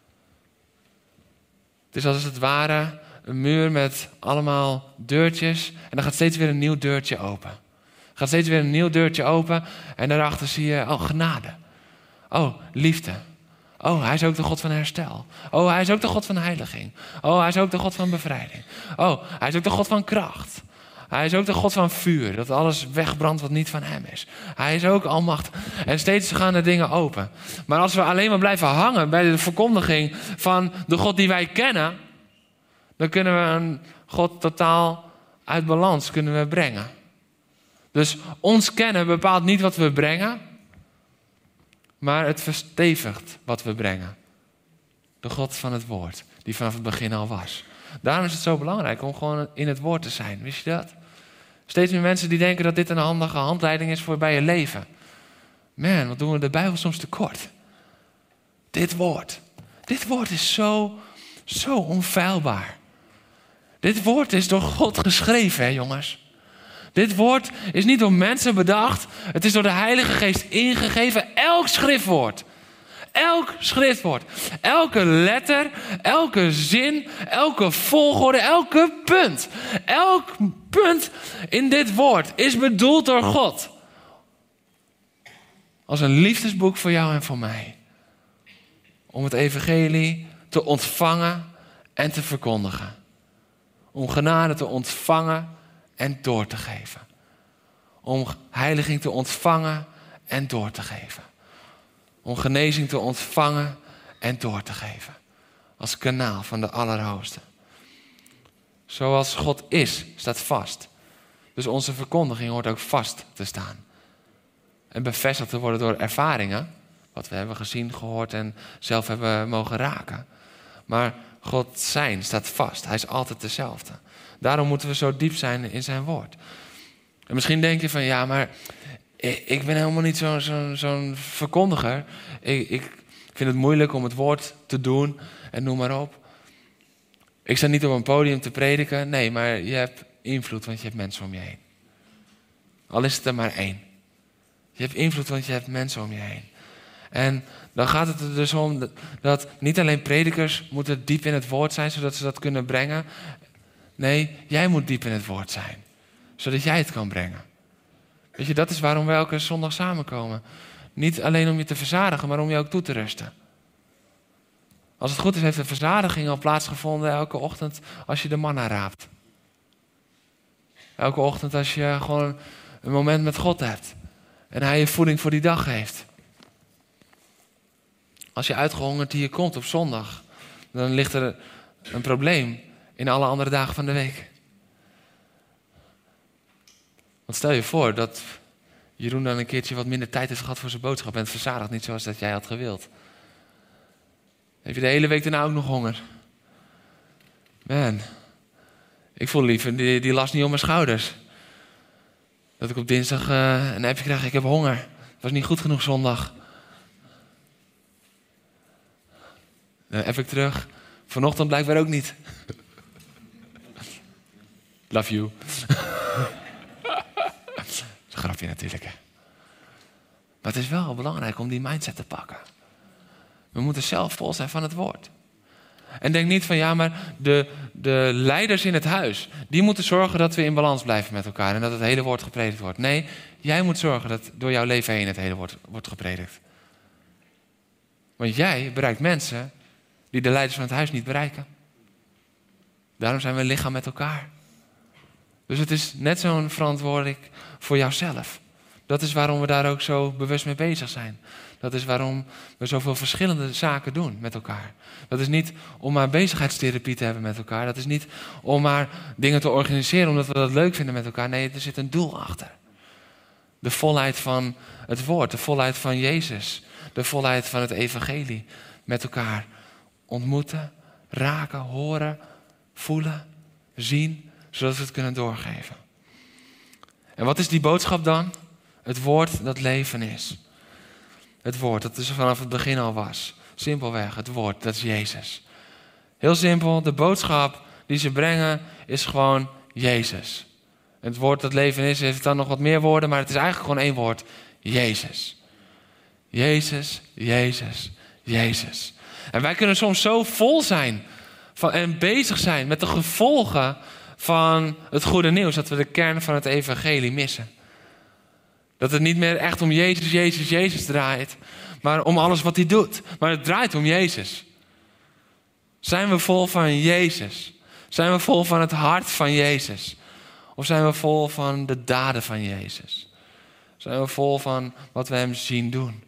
Het is als het ware een muur met allemaal deurtjes. En dan gaat steeds weer een nieuw deurtje open. Gaat steeds weer een nieuw deurtje open. En daarachter zie je, oh, genade. Oh, liefde. Oh, hij is ook de God van herstel. Oh, hij is ook de God van heiliging. Oh, hij is ook de God van bevrijding. Oh, hij is ook de God van kracht. Hij is ook de God van vuur, dat alles wegbrandt wat niet van hem is. Hij is ook almachtig. En steeds gaan de dingen open. Maar als we alleen maar blijven hangen bij de verkondiging van de God die wij kennen, dan kunnen we een God totaal uit balans kunnen we brengen. Dus ons kennen bepaalt niet wat we brengen, maar het verstevigt wat we brengen. De God van het woord, die vanaf het begin al was. Daarom is het zo belangrijk om gewoon in het woord te zijn. Wist je dat? Steeds meer mensen die denken dat dit een handige handleiding is voor bij je leven. Man, wat doen we de Bijbel soms tekort. Dit woord is zo onfeilbaar. Dit woord is door God geschreven, hè jongens. Dit woord is niet door mensen bedacht. Het is door de Heilige Geest ingegeven. Elk schriftwoord. Elk schriftwoord. Elke letter. Elke zin. Elke volgorde. Elke punt. Elk punt in dit woord is bedoeld door God. Als een liefdesboek voor jou en voor mij. Om het evangelie te ontvangen en te verkondigen. Om genade te ontvangen en door te geven. Om heiliging te ontvangen en door te geven. Om genezing te ontvangen en door te geven. Als kanaal van de Allerhoogste. Zoals God is, staat vast. Dus onze verkondiging hoort ook vast te staan. En bevestigd te worden door ervaringen. Wat we hebben gezien, gehoord en zelf hebben mogen raken. Maar God zijn staat vast. Hij is altijd dezelfde. Daarom moeten we zo diep zijn in zijn woord. En misschien denk je van, ja, maar ik ben helemaal niet zo'n verkondiger. Ik vind het moeilijk om het woord te doen en noem maar op. Ik sta niet op een podium te prediken. Nee, maar je hebt invloed, want je hebt mensen om je heen. Al is het er maar één. Je hebt invloed, want je hebt mensen om je heen. En dan gaat het er dus om dat niet alleen predikers moeten diep in het woord zijn, zodat ze dat kunnen brengen. Nee, jij moet diep in het woord zijn. Zodat jij het kan brengen. Weet je, dat is waarom we elke zondag samenkomen. Niet alleen om je te verzadigen, maar om je ook toe te rusten. Als het goed is, heeft de verzadiging al plaatsgevonden elke ochtend als je de manna raapt. Elke ochtend als je gewoon een moment met God hebt. En hij je voeding voor die dag geeft. Als je uitgehongerd hier komt op zondag, dan ligt er een probleem in alle andere dagen van de week. Want stel je voor dat Jeroen dan een keertje wat minder tijd heeft gehad voor zijn boodschap en het verzadigt niet zoals dat jij had gewild. Heb je de hele week daarna ook nog honger? Man, ik voel liever die last niet op mijn schouders. Dat ik op dinsdag een appje krijg, ik heb honger. Het was niet goed genoeg zondag. Dan app ik terug. Vanochtend blijkbaar ook niet. Love you. Dat is een grapje natuurlijk. Hè. Maar het is wel belangrijk om die mindset te pakken. We moeten zelf vol zijn van het woord. En denk niet van ja, maar de leiders in het huis, die moeten zorgen dat we in balans blijven met elkaar en dat het hele woord gepredikt wordt. Nee, jij moet zorgen dat door jouw leven heen het hele woord wordt gepredikt. Want jij bereikt mensen die de leiders van het huis niet bereiken. Daarom zijn we een lichaam met elkaar. Dus het is net zo'n verantwoordelijk voor jouzelf. Dat is waarom we daar ook zo bewust mee bezig zijn. Dat is waarom we zoveel verschillende zaken doen met elkaar. Dat is niet om maar bezigheidstherapie te hebben met elkaar. Dat is niet om maar dingen te organiseren omdat we dat leuk vinden met elkaar. Nee, er zit een doel achter. De volheid van het woord, de volheid van Jezus. De volheid van het evangelie. Met elkaar ontmoeten, raken, horen, voelen, zien, zodat we het kunnen doorgeven. En wat is die boodschap dan? Het woord dat leven is. Het woord dat dus vanaf het begin al was. Simpelweg, het woord, dat is Jezus. Heel simpel, de boodschap die ze brengen is gewoon Jezus. Het woord dat leven is, heeft dan nog wat meer woorden, maar het is eigenlijk gewoon één woord. Jezus. Jezus, Jezus, Jezus. En wij kunnen soms zo vol zijn en bezig zijn met de gevolgen van het goede nieuws, dat we de kern van het evangelie missen. Dat het niet meer echt om Jezus, Jezus, Jezus draait, maar om alles wat hij doet. Maar het draait om Jezus. Zijn we vol van Jezus? Zijn we vol van het hart van Jezus? Of zijn we vol van de daden van Jezus? Zijn we vol van wat we hem zien doen?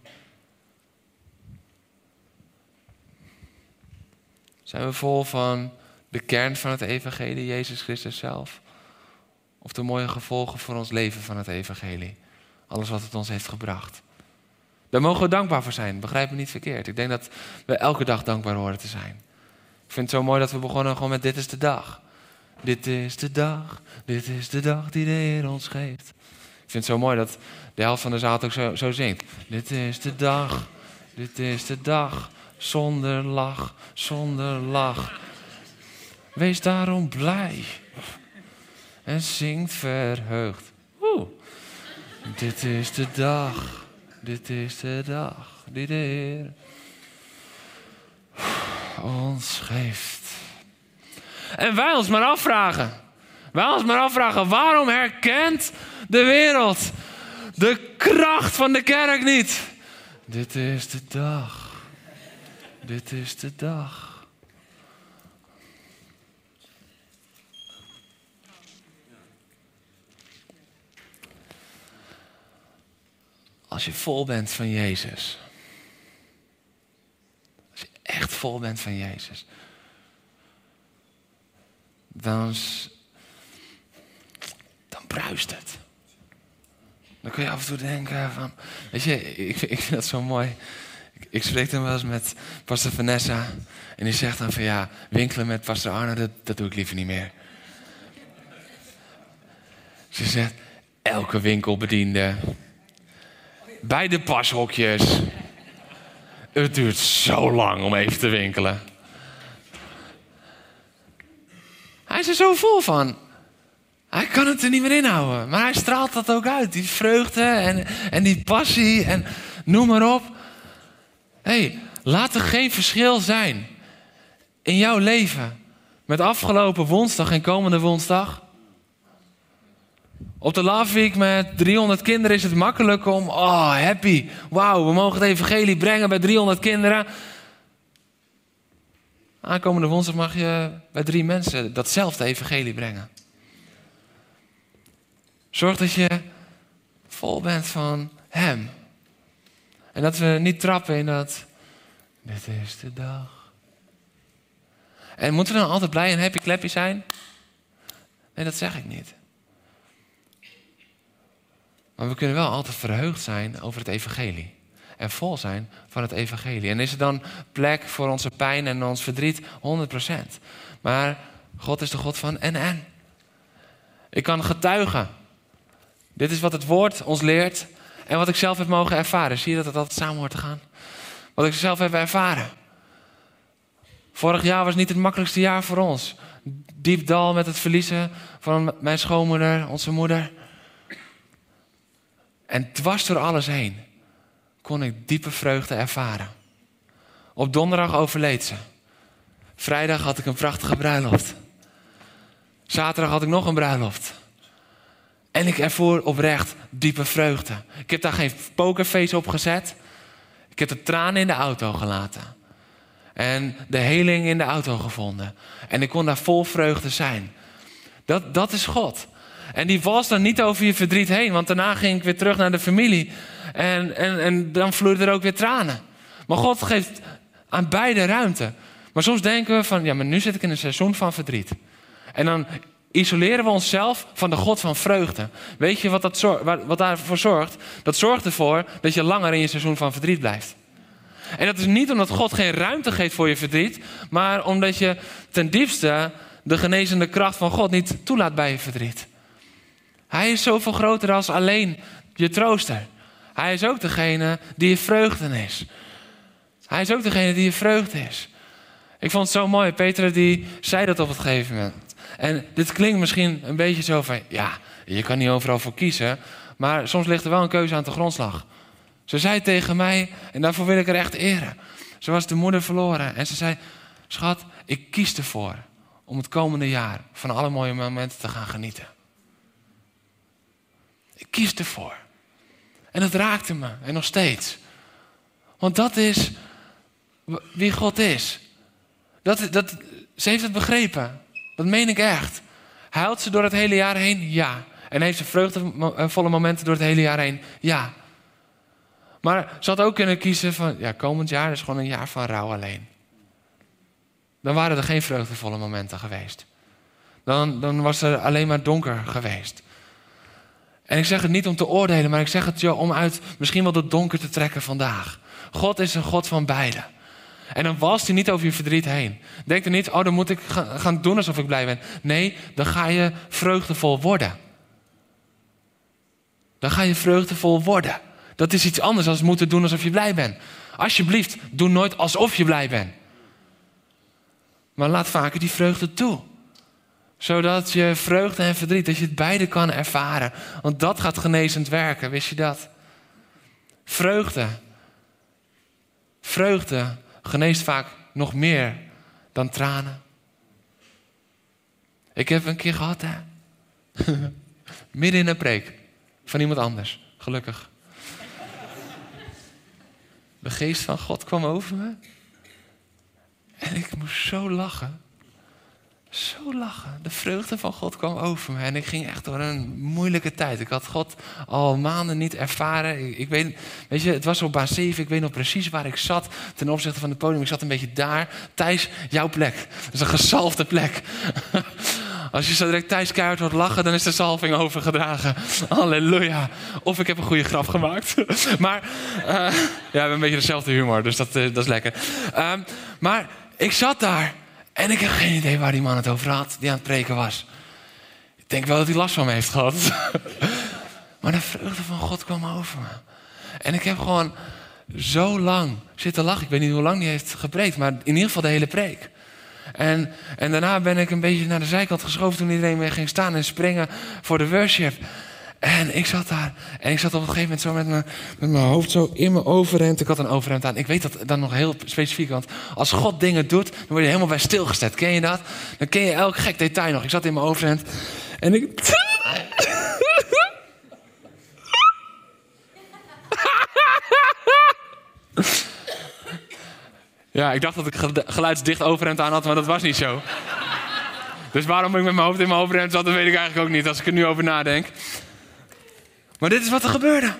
Zijn we vol van de kern van het evangelie, Jezus Christus zelf? Of de mooie gevolgen voor ons leven van het evangelie? Alles wat het ons heeft gebracht. Daar mogen we dankbaar voor zijn, begrijp me niet verkeerd. Ik denk dat we elke dag dankbaar horen te zijn. Ik vind het zo mooi dat we begonnen gewoon met dit is de dag. Dit is de dag die de Heer ons geeft. Ik vind het zo mooi dat de helft van de zaal het ook zo zingt. Dit is de dag, zonder lach. Wees daarom blij en zingt verheugd. Dit is de dag die de Heer ons geeft. En wij ons maar afvragen, waarom herkent de wereld de kracht van de kerk niet? Dit is de dag. Als je vol bent van Jezus. Als je echt vol bent van Jezus. Dan bruist het. Dan kun je af en toe denken van... Weet je, ik vind dat zo mooi. Ik spreek dan wel eens met pastor Vanessa. En die zegt dan van ja, winkelen met pastor Arne, dat doe ik liever niet meer. Ze zegt, elke winkelbediende... Bij de pashokjes. Het duurt zo lang om even te winkelen. Hij is er zo vol van. Hij kan het er niet meer inhouden. Maar hij straalt dat ook uit. Die vreugde en die passie en noem maar op. Hey, laat er geen verschil zijn in jouw leven met afgelopen woensdag en komende woensdag. Op de Love Week met 300 kinderen is het makkelijk om... happy. Wauw, we mogen het evangelie brengen bij 300 kinderen. Aankomende woensdag mag je bij 3 mensen datzelfde evangelie brengen. Zorg dat je vol bent van hem. En dat we niet trappen in dat... Dit is de dag. En moeten we dan altijd blij en happy clappy zijn? Nee, dat zeg ik niet. Maar we kunnen wel altijd verheugd zijn over het evangelie. En vol zijn van het evangelie. En is er dan plek voor onze pijn en ons verdriet? 100%. Maar God is de God van en. Ik kan getuigen. Dit is wat het woord ons leert. En wat ik zelf heb mogen ervaren. Zie je dat het altijd samen hoort te gaan? Wat ik zelf heb ervaren. Vorig jaar was niet het makkelijkste jaar voor ons. Diep dal met het verliezen van mijn schoonmoeder, onze moeder. En dwars door alles heen kon ik diepe vreugde ervaren. Op donderdag overleed ze. Vrijdag had ik een prachtige bruiloft. Zaterdag had ik nog een bruiloft. En ik ervoer oprecht diepe vreugde. Ik heb daar geen pokerface op gezet. Ik heb de tranen in de auto gelaten. En de heling in de auto gevonden. En ik kon daar vol vreugde zijn. Dat is God. En die was dan niet over je verdriet heen. Want daarna ging ik weer terug naar de familie. En dan vloeiden er ook weer tranen. Maar God geeft aan beide ruimte. Maar soms denken we van... ja, maar nu zit ik in een seizoen van verdriet. En dan isoleren we onszelf van de God van vreugde. Weet je wat daarvoor zorgt? Dat zorgt ervoor dat je langer in je seizoen van verdriet blijft. En dat is niet omdat God geen ruimte geeft voor je verdriet. Maar omdat je ten diepste de genezende kracht van God niet toelaat bij je verdriet. Hij is zoveel groter als alleen je trooster. Hij is ook degene die je vreugde is. Hij is ook degene die je vreugde is. Ik vond het zo mooi. Peter die zei dat op het gegeven moment. En dit klinkt misschien een beetje zo van... ja, je kan niet overal voor kiezen. Maar soms ligt er wel een keuze aan de grondslag. Ze zei tegen mij, en daarvoor wil ik er echt eren. Ze was de moeder verloren. En ze zei, schat, ik kies ervoor om het komende jaar van alle mooie momenten te gaan genieten. Ik kies ervoor. En dat raakte me. En nog steeds. Want dat is wie God is. Ze heeft het begrepen. Dat meen ik echt. Huilt ze door het hele jaar heen? Ja. En heeft ze vreugdevolle momenten door het hele jaar heen? Ja. Maar ze had ook kunnen kiezen van, ja, komend jaar is gewoon een jaar van rouw alleen. Dan waren er geen vreugdevolle momenten geweest. Dan was er alleen maar donker geweest. En ik zeg het niet om te oordelen, maar ik zeg het om uit misschien wel het donker te trekken vandaag. God is een God van beide. En dan walst hij niet over je verdriet heen. Denk er niet, dan moet ik gaan doen alsof ik blij ben. Nee, dan ga je vreugdevol worden. Dan ga je vreugdevol worden. Dat is iets anders dan moeten doen alsof je blij bent. Alsjeblieft, doe nooit alsof je blij bent. Maar laat vaker die vreugde toe. Zodat je vreugde en verdriet, dat je het beide kan ervaren. Want dat gaat genezend werken, wist je dat? Vreugde geneest vaak nog meer dan tranen. Ik heb een keer gehad, hè. Midden in een preek. Van iemand anders, gelukkig. De geest van God kwam over me. En ik moest zo lachen. Zo lachen. De vreugde van God kwam over me. En ik ging echt door een moeilijke tijd. Ik had God al maanden niet ervaren. Ik weet je, het was op baan 7. Ik weet nog precies waar ik zat ten opzichte van het podium. Ik zat een beetje daar. Thijs, jouw plek. Dat is een gezalfde plek. Als je zo direct Thijs keihard hoort lachen, dan is de zalving overgedragen. Halleluja. Of ik heb een goede grap gemaakt. Maar ja, we hebben een beetje dezelfde humor, dus dat is lekker. Maar ik zat daar en ik heb geen idee waar die man het over had, die aan het preken was. Ik denk wel dat hij last van me heeft gehad. Maar de vreugde van God kwam over me. En ik heb gewoon zo lang zitten lachen. Ik weet niet hoe lang die heeft gepreekt, maar in ieder geval de hele preek. En daarna ben ik een beetje naar de zijkant geschoven toen iedereen weer ging staan en springen voor de worship. En ik zat daar. En ik zat op een gegeven moment zo met mijn hoofd zo in mijn overhemd. Ik had een overhemd aan. Ik weet dat dan nog heel specifiek. Want als God dingen doet, dan word je helemaal bij stilgezet. Ken je dat? Dan ken je elk gek detail nog. Ik zat in mijn overhemd. En ik... Ja, ik dacht dat ik geluidsdicht overhemd aan had, maar dat was niet zo. Dus waarom ik met mijn hoofd in mijn overhemd zat, dat weet ik eigenlijk ook niet als ik er nu over nadenk. Maar dit is wat er gebeurde.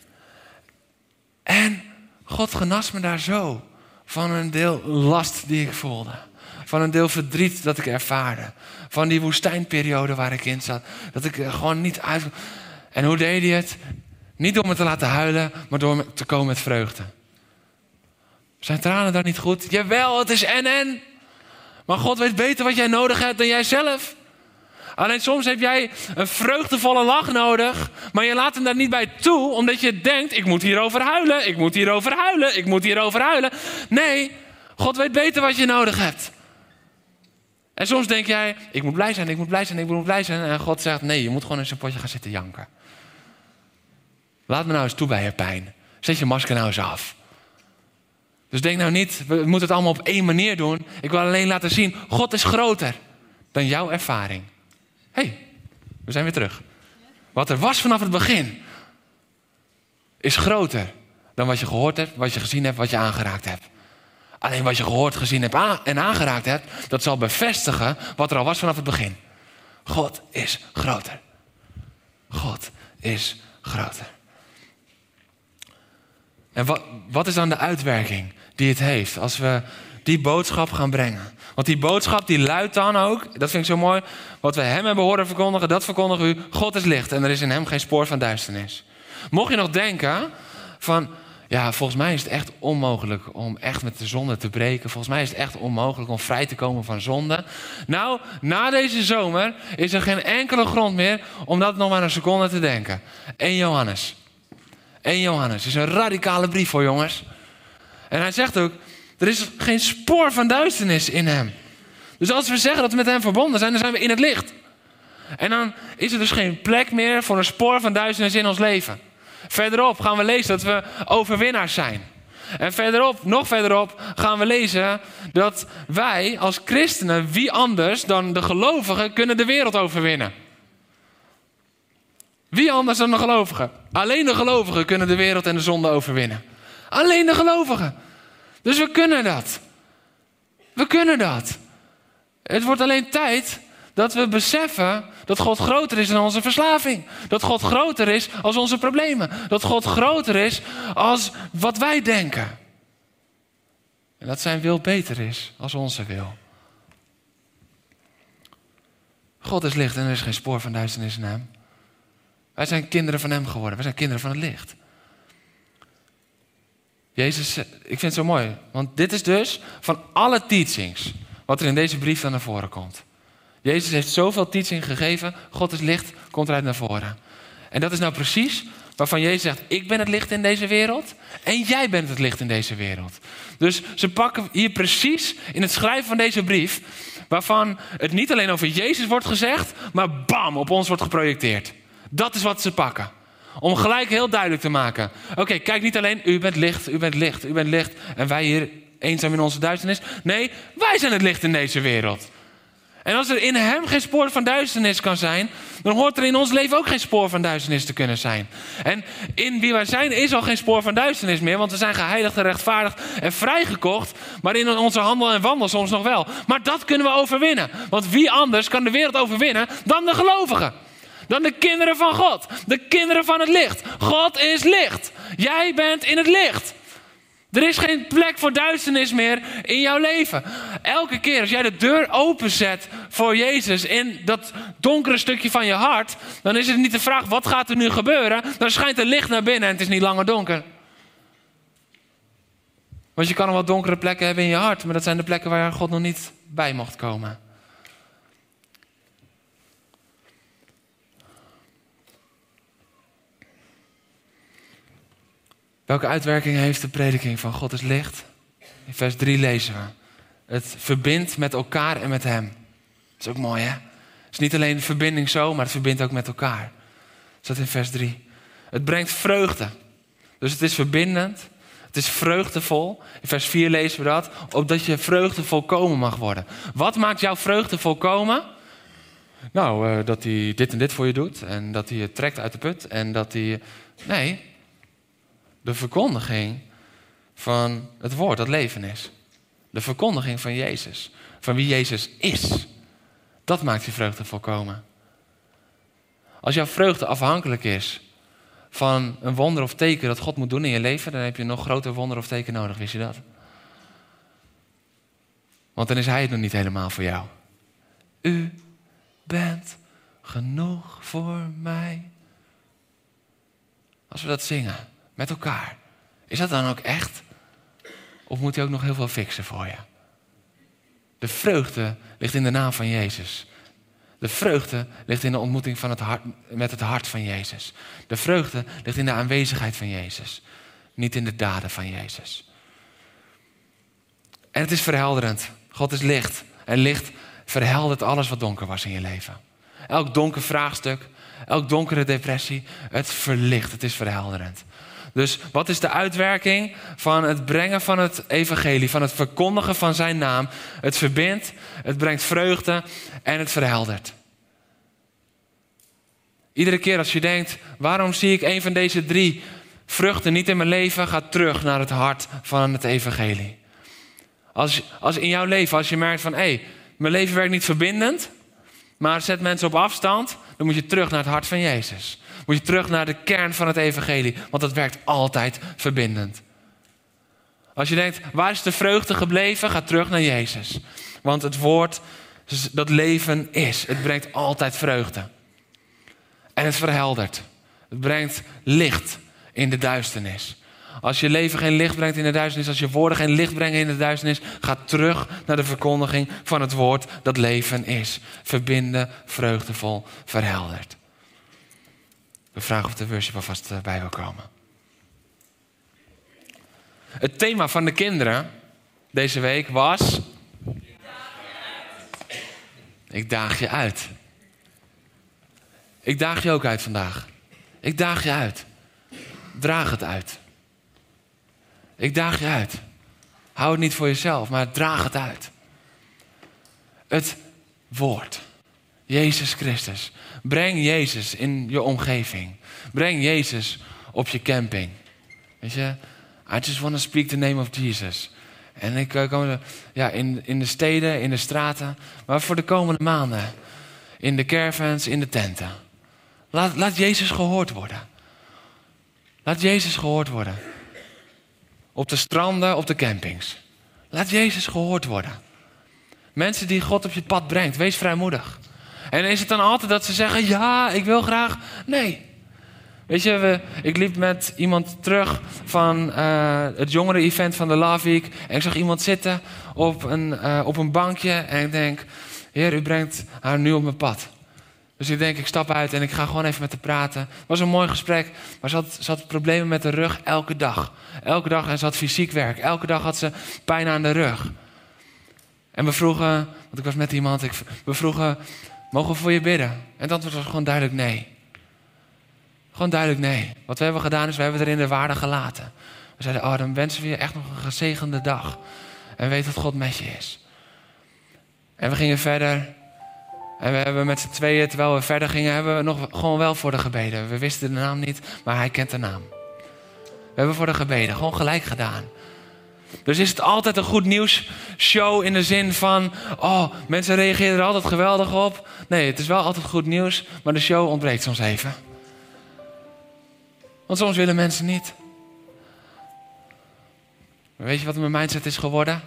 En God genas me daar zo van een deel last die ik voelde. Van een deel verdriet dat ik ervaarde. Van die woestijnperiode waar ik in zat. Dat ik gewoon niet uit... En hoe deed hij het? Niet door me te laten huilen, maar door te komen met vreugde. Zijn tranen dan niet goed? Jawel, het is en. Maar God weet beter wat jij nodig hebt dan jij zelf. Alleen soms heb jij een vreugdevolle lach nodig, maar je laat hem daar niet bij toe, omdat je denkt, ik moet hierover huilen, ik moet hierover huilen, ik moet hierover huilen. Nee, God weet beter wat je nodig hebt. En soms denk jij, ik moet blij zijn, ik moet blij zijn, ik moet blij zijn. En God zegt, nee, je moet gewoon in zijn potje gaan zitten janken. Laat me nou eens toe bij je pijn. Zet je masker nou eens af. Dus denk nou niet, we moeten het allemaal op één manier doen. Ik wil alleen laten zien, God is groter dan jouw ervaring. Hé, we zijn weer terug. Wat er was vanaf het begin, is groter dan wat je gehoord hebt, wat je gezien hebt, wat je aangeraakt hebt. Alleen wat je gehoord, gezien hebt en aangeraakt hebt, dat zal bevestigen wat er al was vanaf het begin. God is groter. God is groter. En wat is dan de uitwerking die het heeft als we die boodschap gaan brengen? Want die boodschap die luidt dan ook, dat vind ik zo mooi, wat we hem hebben horen verkondigen, dat verkondigen u. God is licht en er is in hem geen spoor van duisternis. Mocht je nog denken van, ja, volgens mij is het echt onmogelijk om echt met de zonde te breken. Volgens mij is het echt onmogelijk om vrij te komen van zonde. Nou, na deze zomer is er geen enkele grond meer om dat nog maar een seconde te denken. 1 Johannes is een radicale brief voor jongens. En hij zegt ook, er is geen spoor van duisternis in hem. Dus als we zeggen dat we met hem verbonden zijn, dan zijn we in het licht. En dan is er dus geen plek meer voor een spoor van duisternis in ons leven. Verderop gaan we lezen dat we overwinnaars zijn. En nog verderop gaan we lezen dat wij als christenen, wie anders dan de gelovigen, kunnen de wereld overwinnen. Wie anders dan de gelovigen? Alleen de gelovigen kunnen de wereld en de zonde overwinnen. Alleen de gelovigen. Dus we kunnen dat. We kunnen dat. Het wordt alleen tijd dat we beseffen dat God groter is dan onze verslaving. Dat God groter is als onze problemen. Dat God groter is als wat wij denken. En dat zijn wil beter is als onze wil. God is licht en er is geen spoor van duisternis in hem. Wij zijn kinderen van hem geworden. Wij zijn kinderen van het licht. Jezus, ik vind het zo mooi. Want dit is dus van alle teachings wat er in deze brief dan naar voren komt. Jezus heeft zoveel teaching gegeven. God is licht, komt eruit naar voren. En dat is nou precies waarvan Jezus zegt, ik ben het licht in deze wereld. En jij bent het licht in deze wereld. Dus ze pakken hier precies in het schrijven van deze brief, waarvan het niet alleen over Jezus wordt gezegd, maar bam, op ons wordt geprojecteerd. Dat is wat ze pakken. Om gelijk heel duidelijk te maken. Oké, kijk niet alleen, u bent licht, u bent licht, u bent licht. En wij hier eenzaam in onze duisternis. Nee, wij zijn het licht in deze wereld. En als er in hem geen spoor van duisternis kan zijn, dan hoort er in ons leven ook geen spoor van duisternis te kunnen zijn. En in wie wij zijn is al geen spoor van duisternis meer, want we zijn geheiligd en rechtvaardigd en vrijgekocht. Maar in onze handel en wandel soms nog wel. Maar dat kunnen we overwinnen. Want wie anders kan de wereld overwinnen dan de gelovigen? Dan de kinderen van God. De kinderen van het licht. God is licht. Jij bent in het licht. Er is geen plek voor duisternis meer in jouw leven. Elke keer als jij de deur openzet voor Jezus in dat donkere stukje van je hart, dan is het niet de vraag, wat gaat er nu gebeuren? Dan schijnt er licht naar binnen en het is niet langer donker. Want je kan nog wat donkere plekken hebben in je hart, maar dat zijn de plekken waar God nog niet bij mocht komen. Welke uitwerking heeft de prediking van God is licht? In vers 3 lezen we. Het verbindt met elkaar en met hem. Dat is ook mooi, hè? Het is niet alleen verbinding zo, maar het verbindt ook met elkaar. Dat staat in vers 3. Het brengt vreugde. Dus het is verbindend. Het is vreugdevol. In vers 4 lezen we dat. Opdat je vreugde volkomen mag worden. Wat maakt jouw vreugde volkomen? Nou, dat hij dit en dit voor je doet. En dat hij je trekt uit de put. En dat hij... Nee... De verkondiging van het woord dat leven is. De verkondiging van Jezus. Van wie Jezus is. Dat maakt je vreugde volkomen. Als jouw vreugde afhankelijk is van een wonder of teken dat God moet doen in je leven, dan heb je een nog groter wonder of teken nodig. Wist je dat? Want dan is hij het nog niet helemaal voor jou. U bent genoeg voor mij. Als we dat zingen. Met elkaar. Is dat dan ook echt? Of moet hij ook nog heel veel fixen voor je? De vreugde ligt in de naam van Jezus. De vreugde ligt in de ontmoeting van met het hart van Jezus. De vreugde ligt in de aanwezigheid van Jezus. Niet in de daden van Jezus. En het is verhelderend. God is licht. En licht verheldert alles wat donker was in je leven. Elk donker vraagstuk, elk donkere depressie, het verlicht. Het is verhelderend. Dus wat is de uitwerking van het brengen van het evangelie, van het verkondigen van zijn naam? Het verbindt, het brengt vreugde en het verheldert. Iedere keer als je denkt, waarom zie ik een van deze 3 vruchten niet in mijn leven? Ga terug naar het hart van het evangelie. Als in jouw leven, als je merkt van, mijn leven werkt niet verbindend, maar zet mensen op afstand, dan moet je terug naar het hart van Jezus. Moet je terug naar de kern van het evangelie. Want dat werkt altijd verbindend. Als je denkt, waar is de vreugde gebleven? Ga terug naar Jezus. Want het woord dat leven is. Het brengt altijd vreugde. En het verheldert. Het brengt licht in de duisternis. Als je leven geen licht brengt in de duisternis, als je woorden geen licht brengen in de duisternis, ga terug naar de verkondiging van het woord dat leven is. Verbinden, vreugdevol, verhelderd. We vragen of de worship alvast bij wil komen. Het thema van de kinderen deze week was... Ik daag je uit. Ik daag je ook uit vandaag. Ik daag je uit. Draag het uit. Ik daag je uit. Hou het niet voor jezelf, maar draag het uit. Het woord. Jezus Christus. Breng Jezus in je omgeving. Breng Jezus op je camping. Weet je, I just want to speak the name of Jesus. En ik kom in de steden, in de straten. Maar voor de komende maanden in de caravans, in de tenten. Laat Jezus gehoord worden. Laat Jezus gehoord worden. Op de stranden, op de campings. Laat Jezus gehoord worden. Mensen die God op je pad brengt, wees vrijmoedig. En is het dan altijd dat ze zeggen, ja, ik wil graag? Nee. Weet je, ik liep met iemand terug van het jongeren-event van de Love Week. En ik zag iemand zitten op een bankje. En ik denk, Heer, u brengt haar nu op mijn pad. Dus ik denk, ik stap uit en ik ga gewoon even met haar praten. Het was een mooi gesprek, maar ze had problemen met de rug elke dag. Elke dag, en ze had fysiek werk. Elke dag had ze pijn aan de rug. En we vroegen, want ik was met iemand, we vroegen, mogen we voor je bidden? En het antwoord was gewoon duidelijk nee. Gewoon duidelijk nee. Wat we hebben gedaan is, we hebben er in de waarde gelaten. We zeiden, dan wensen we je echt nog een gezegende dag. En weet dat God met je is. En we gingen verder. En we hebben met z'n tweeën, terwijl we verder gingen, hebben we nog gewoon wel voor haar gebeden. We wisten de naam niet, maar hij kent de naam. We hebben voor haar gebeden, gewoon gelijk gedaan. Dus is het altijd een goed nieuws show in de zin van, mensen reageren er altijd geweldig op. Nee, het is wel altijd goed nieuws, maar de show ontbreekt soms even. Want soms willen mensen niet. Maar weet je wat mijn mindset is geworden?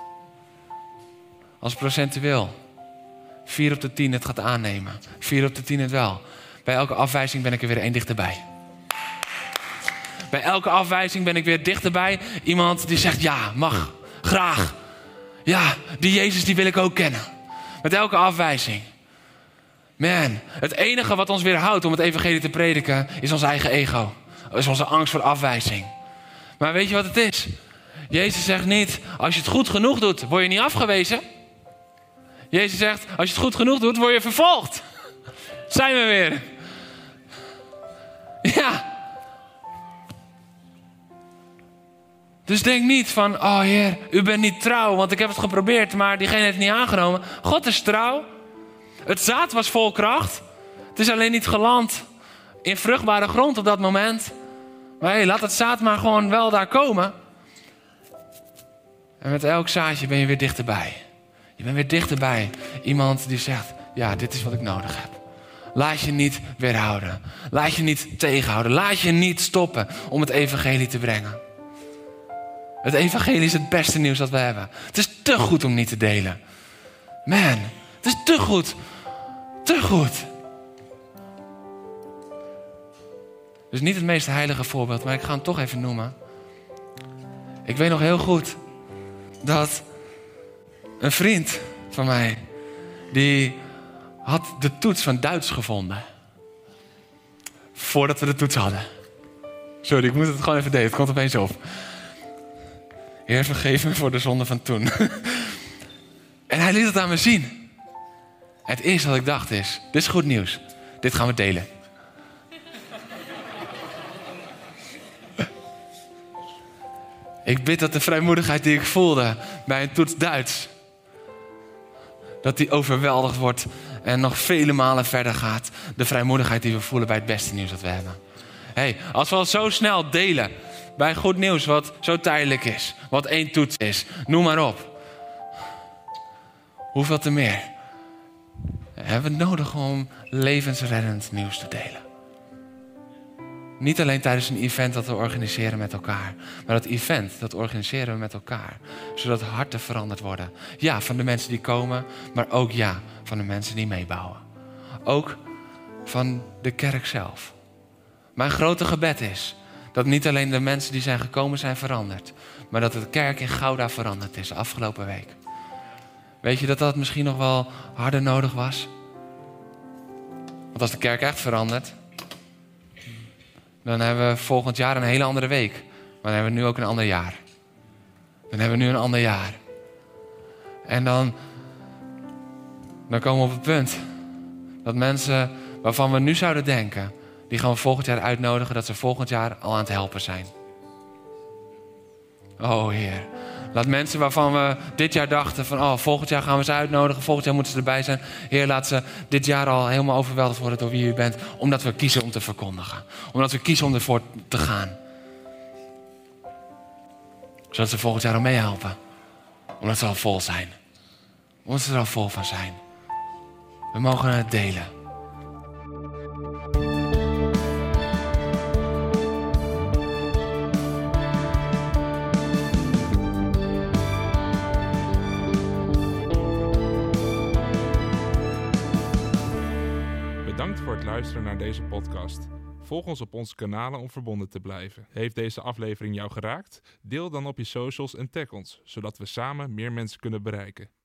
Als procentueel 4 op de 10 het gaat aannemen. 4 op de 10 het wel. Bij elke afwijzing ben ik er weer 1 dichterbij. Bij elke afwijzing ben ik weer dichterbij. Iemand die zegt, ja, mag, graag. Ja, die Jezus die wil ik ook kennen. Met elke afwijzing. Man, het enige wat ons weerhoudt om het evangelie te prediken is ons eigen ego. Is onze angst voor afwijzing. Maar weet je wat het is? Jezus zegt niet, als je het goed genoeg doet, word je niet afgewezen. Jezus zegt, als je het goed genoeg doet, word je vervolgd. Zijn we weer. Ja. Dus denk niet van, Heer, u bent niet trouw, want ik heb het geprobeerd, maar diegene heeft het niet aangenomen. God is trouw. Het zaad was vol kracht. Het is alleen niet geland in vruchtbare grond op dat moment. Maar laat het zaad maar gewoon wel daar komen. En met elk zaadje ben je weer dichterbij. Je bent weer dichterbij. Iemand die zegt, ja, dit is wat ik nodig heb. Laat je niet weerhouden. Laat je niet tegenhouden. Laat je niet stoppen om het evangelie te brengen. Het evangelie is het beste nieuws dat we hebben. Het is te goed om niet te delen. Man, het is te goed. Te goed. Dus niet het meest heilige voorbeeld, maar ik ga hem toch even noemen. Ik weet nog heel goed dat een vriend van mij, die had de toets van Duits gevonden. Voordat we de toets hadden. Sorry, ik moet het gewoon even delen. Het komt opeens op. Heer, vergeef me voor de zonde van toen. En hij liet het aan me zien. Het eerste wat ik dacht is, dit is goed nieuws. Dit gaan we delen. Ik bid dat de vrijmoedigheid die ik voelde bij een toets Duits, dat die overweldigd wordt en nog vele malen verder gaat. De vrijmoedigheid die we voelen bij het beste nieuws dat we hebben. Als we al zo snel delen bij goed nieuws wat zo tijdelijk is, wat 1 toets is, noem maar op. Hoeveel te meer hebben we het nodig om levensreddend nieuws te delen. Niet alleen tijdens een event dat we organiseren met elkaar. Maar dat event, dat organiseren we met elkaar. Zodat harten veranderd worden. Ja, van de mensen die komen. Maar ook ja, van de mensen die meebouwen. Ook van de kerk zelf. Mijn grote gebed is dat niet alleen de mensen die zijn gekomen zijn veranderd. Maar dat de kerk in Gouda veranderd is de afgelopen week. Weet je dat dat misschien nog wel harder nodig was? Want als de kerk echt verandert, dan hebben we volgend jaar een hele andere week. Maar dan hebben we nu ook een ander jaar. Dan hebben we nu een ander jaar. En dan komen we op het punt dat mensen waarvan we nu zouden denken, die gaan we volgend jaar uitnodigen, dat ze volgend jaar al aan het helpen zijn. Oh Heer, laat mensen waarvan we dit jaar dachten van volgend jaar gaan we ze uitnodigen, volgend jaar moeten ze erbij zijn. Heer, laat ze dit jaar al helemaal overweldigd worden door wie u bent, omdat we kiezen om te verkondigen. Omdat we kiezen om ervoor te gaan. Zodat ze volgend jaar al meehelpen. Omdat ze al vol zijn. Omdat ze er al vol van zijn. We mogen het delen. Bedankt voor het luisteren naar deze podcast. Volg ons op onze kanalen om verbonden te blijven. Heeft deze aflevering jou geraakt? Deel dan op je socials en tag ons, zodat we samen meer mensen kunnen bereiken.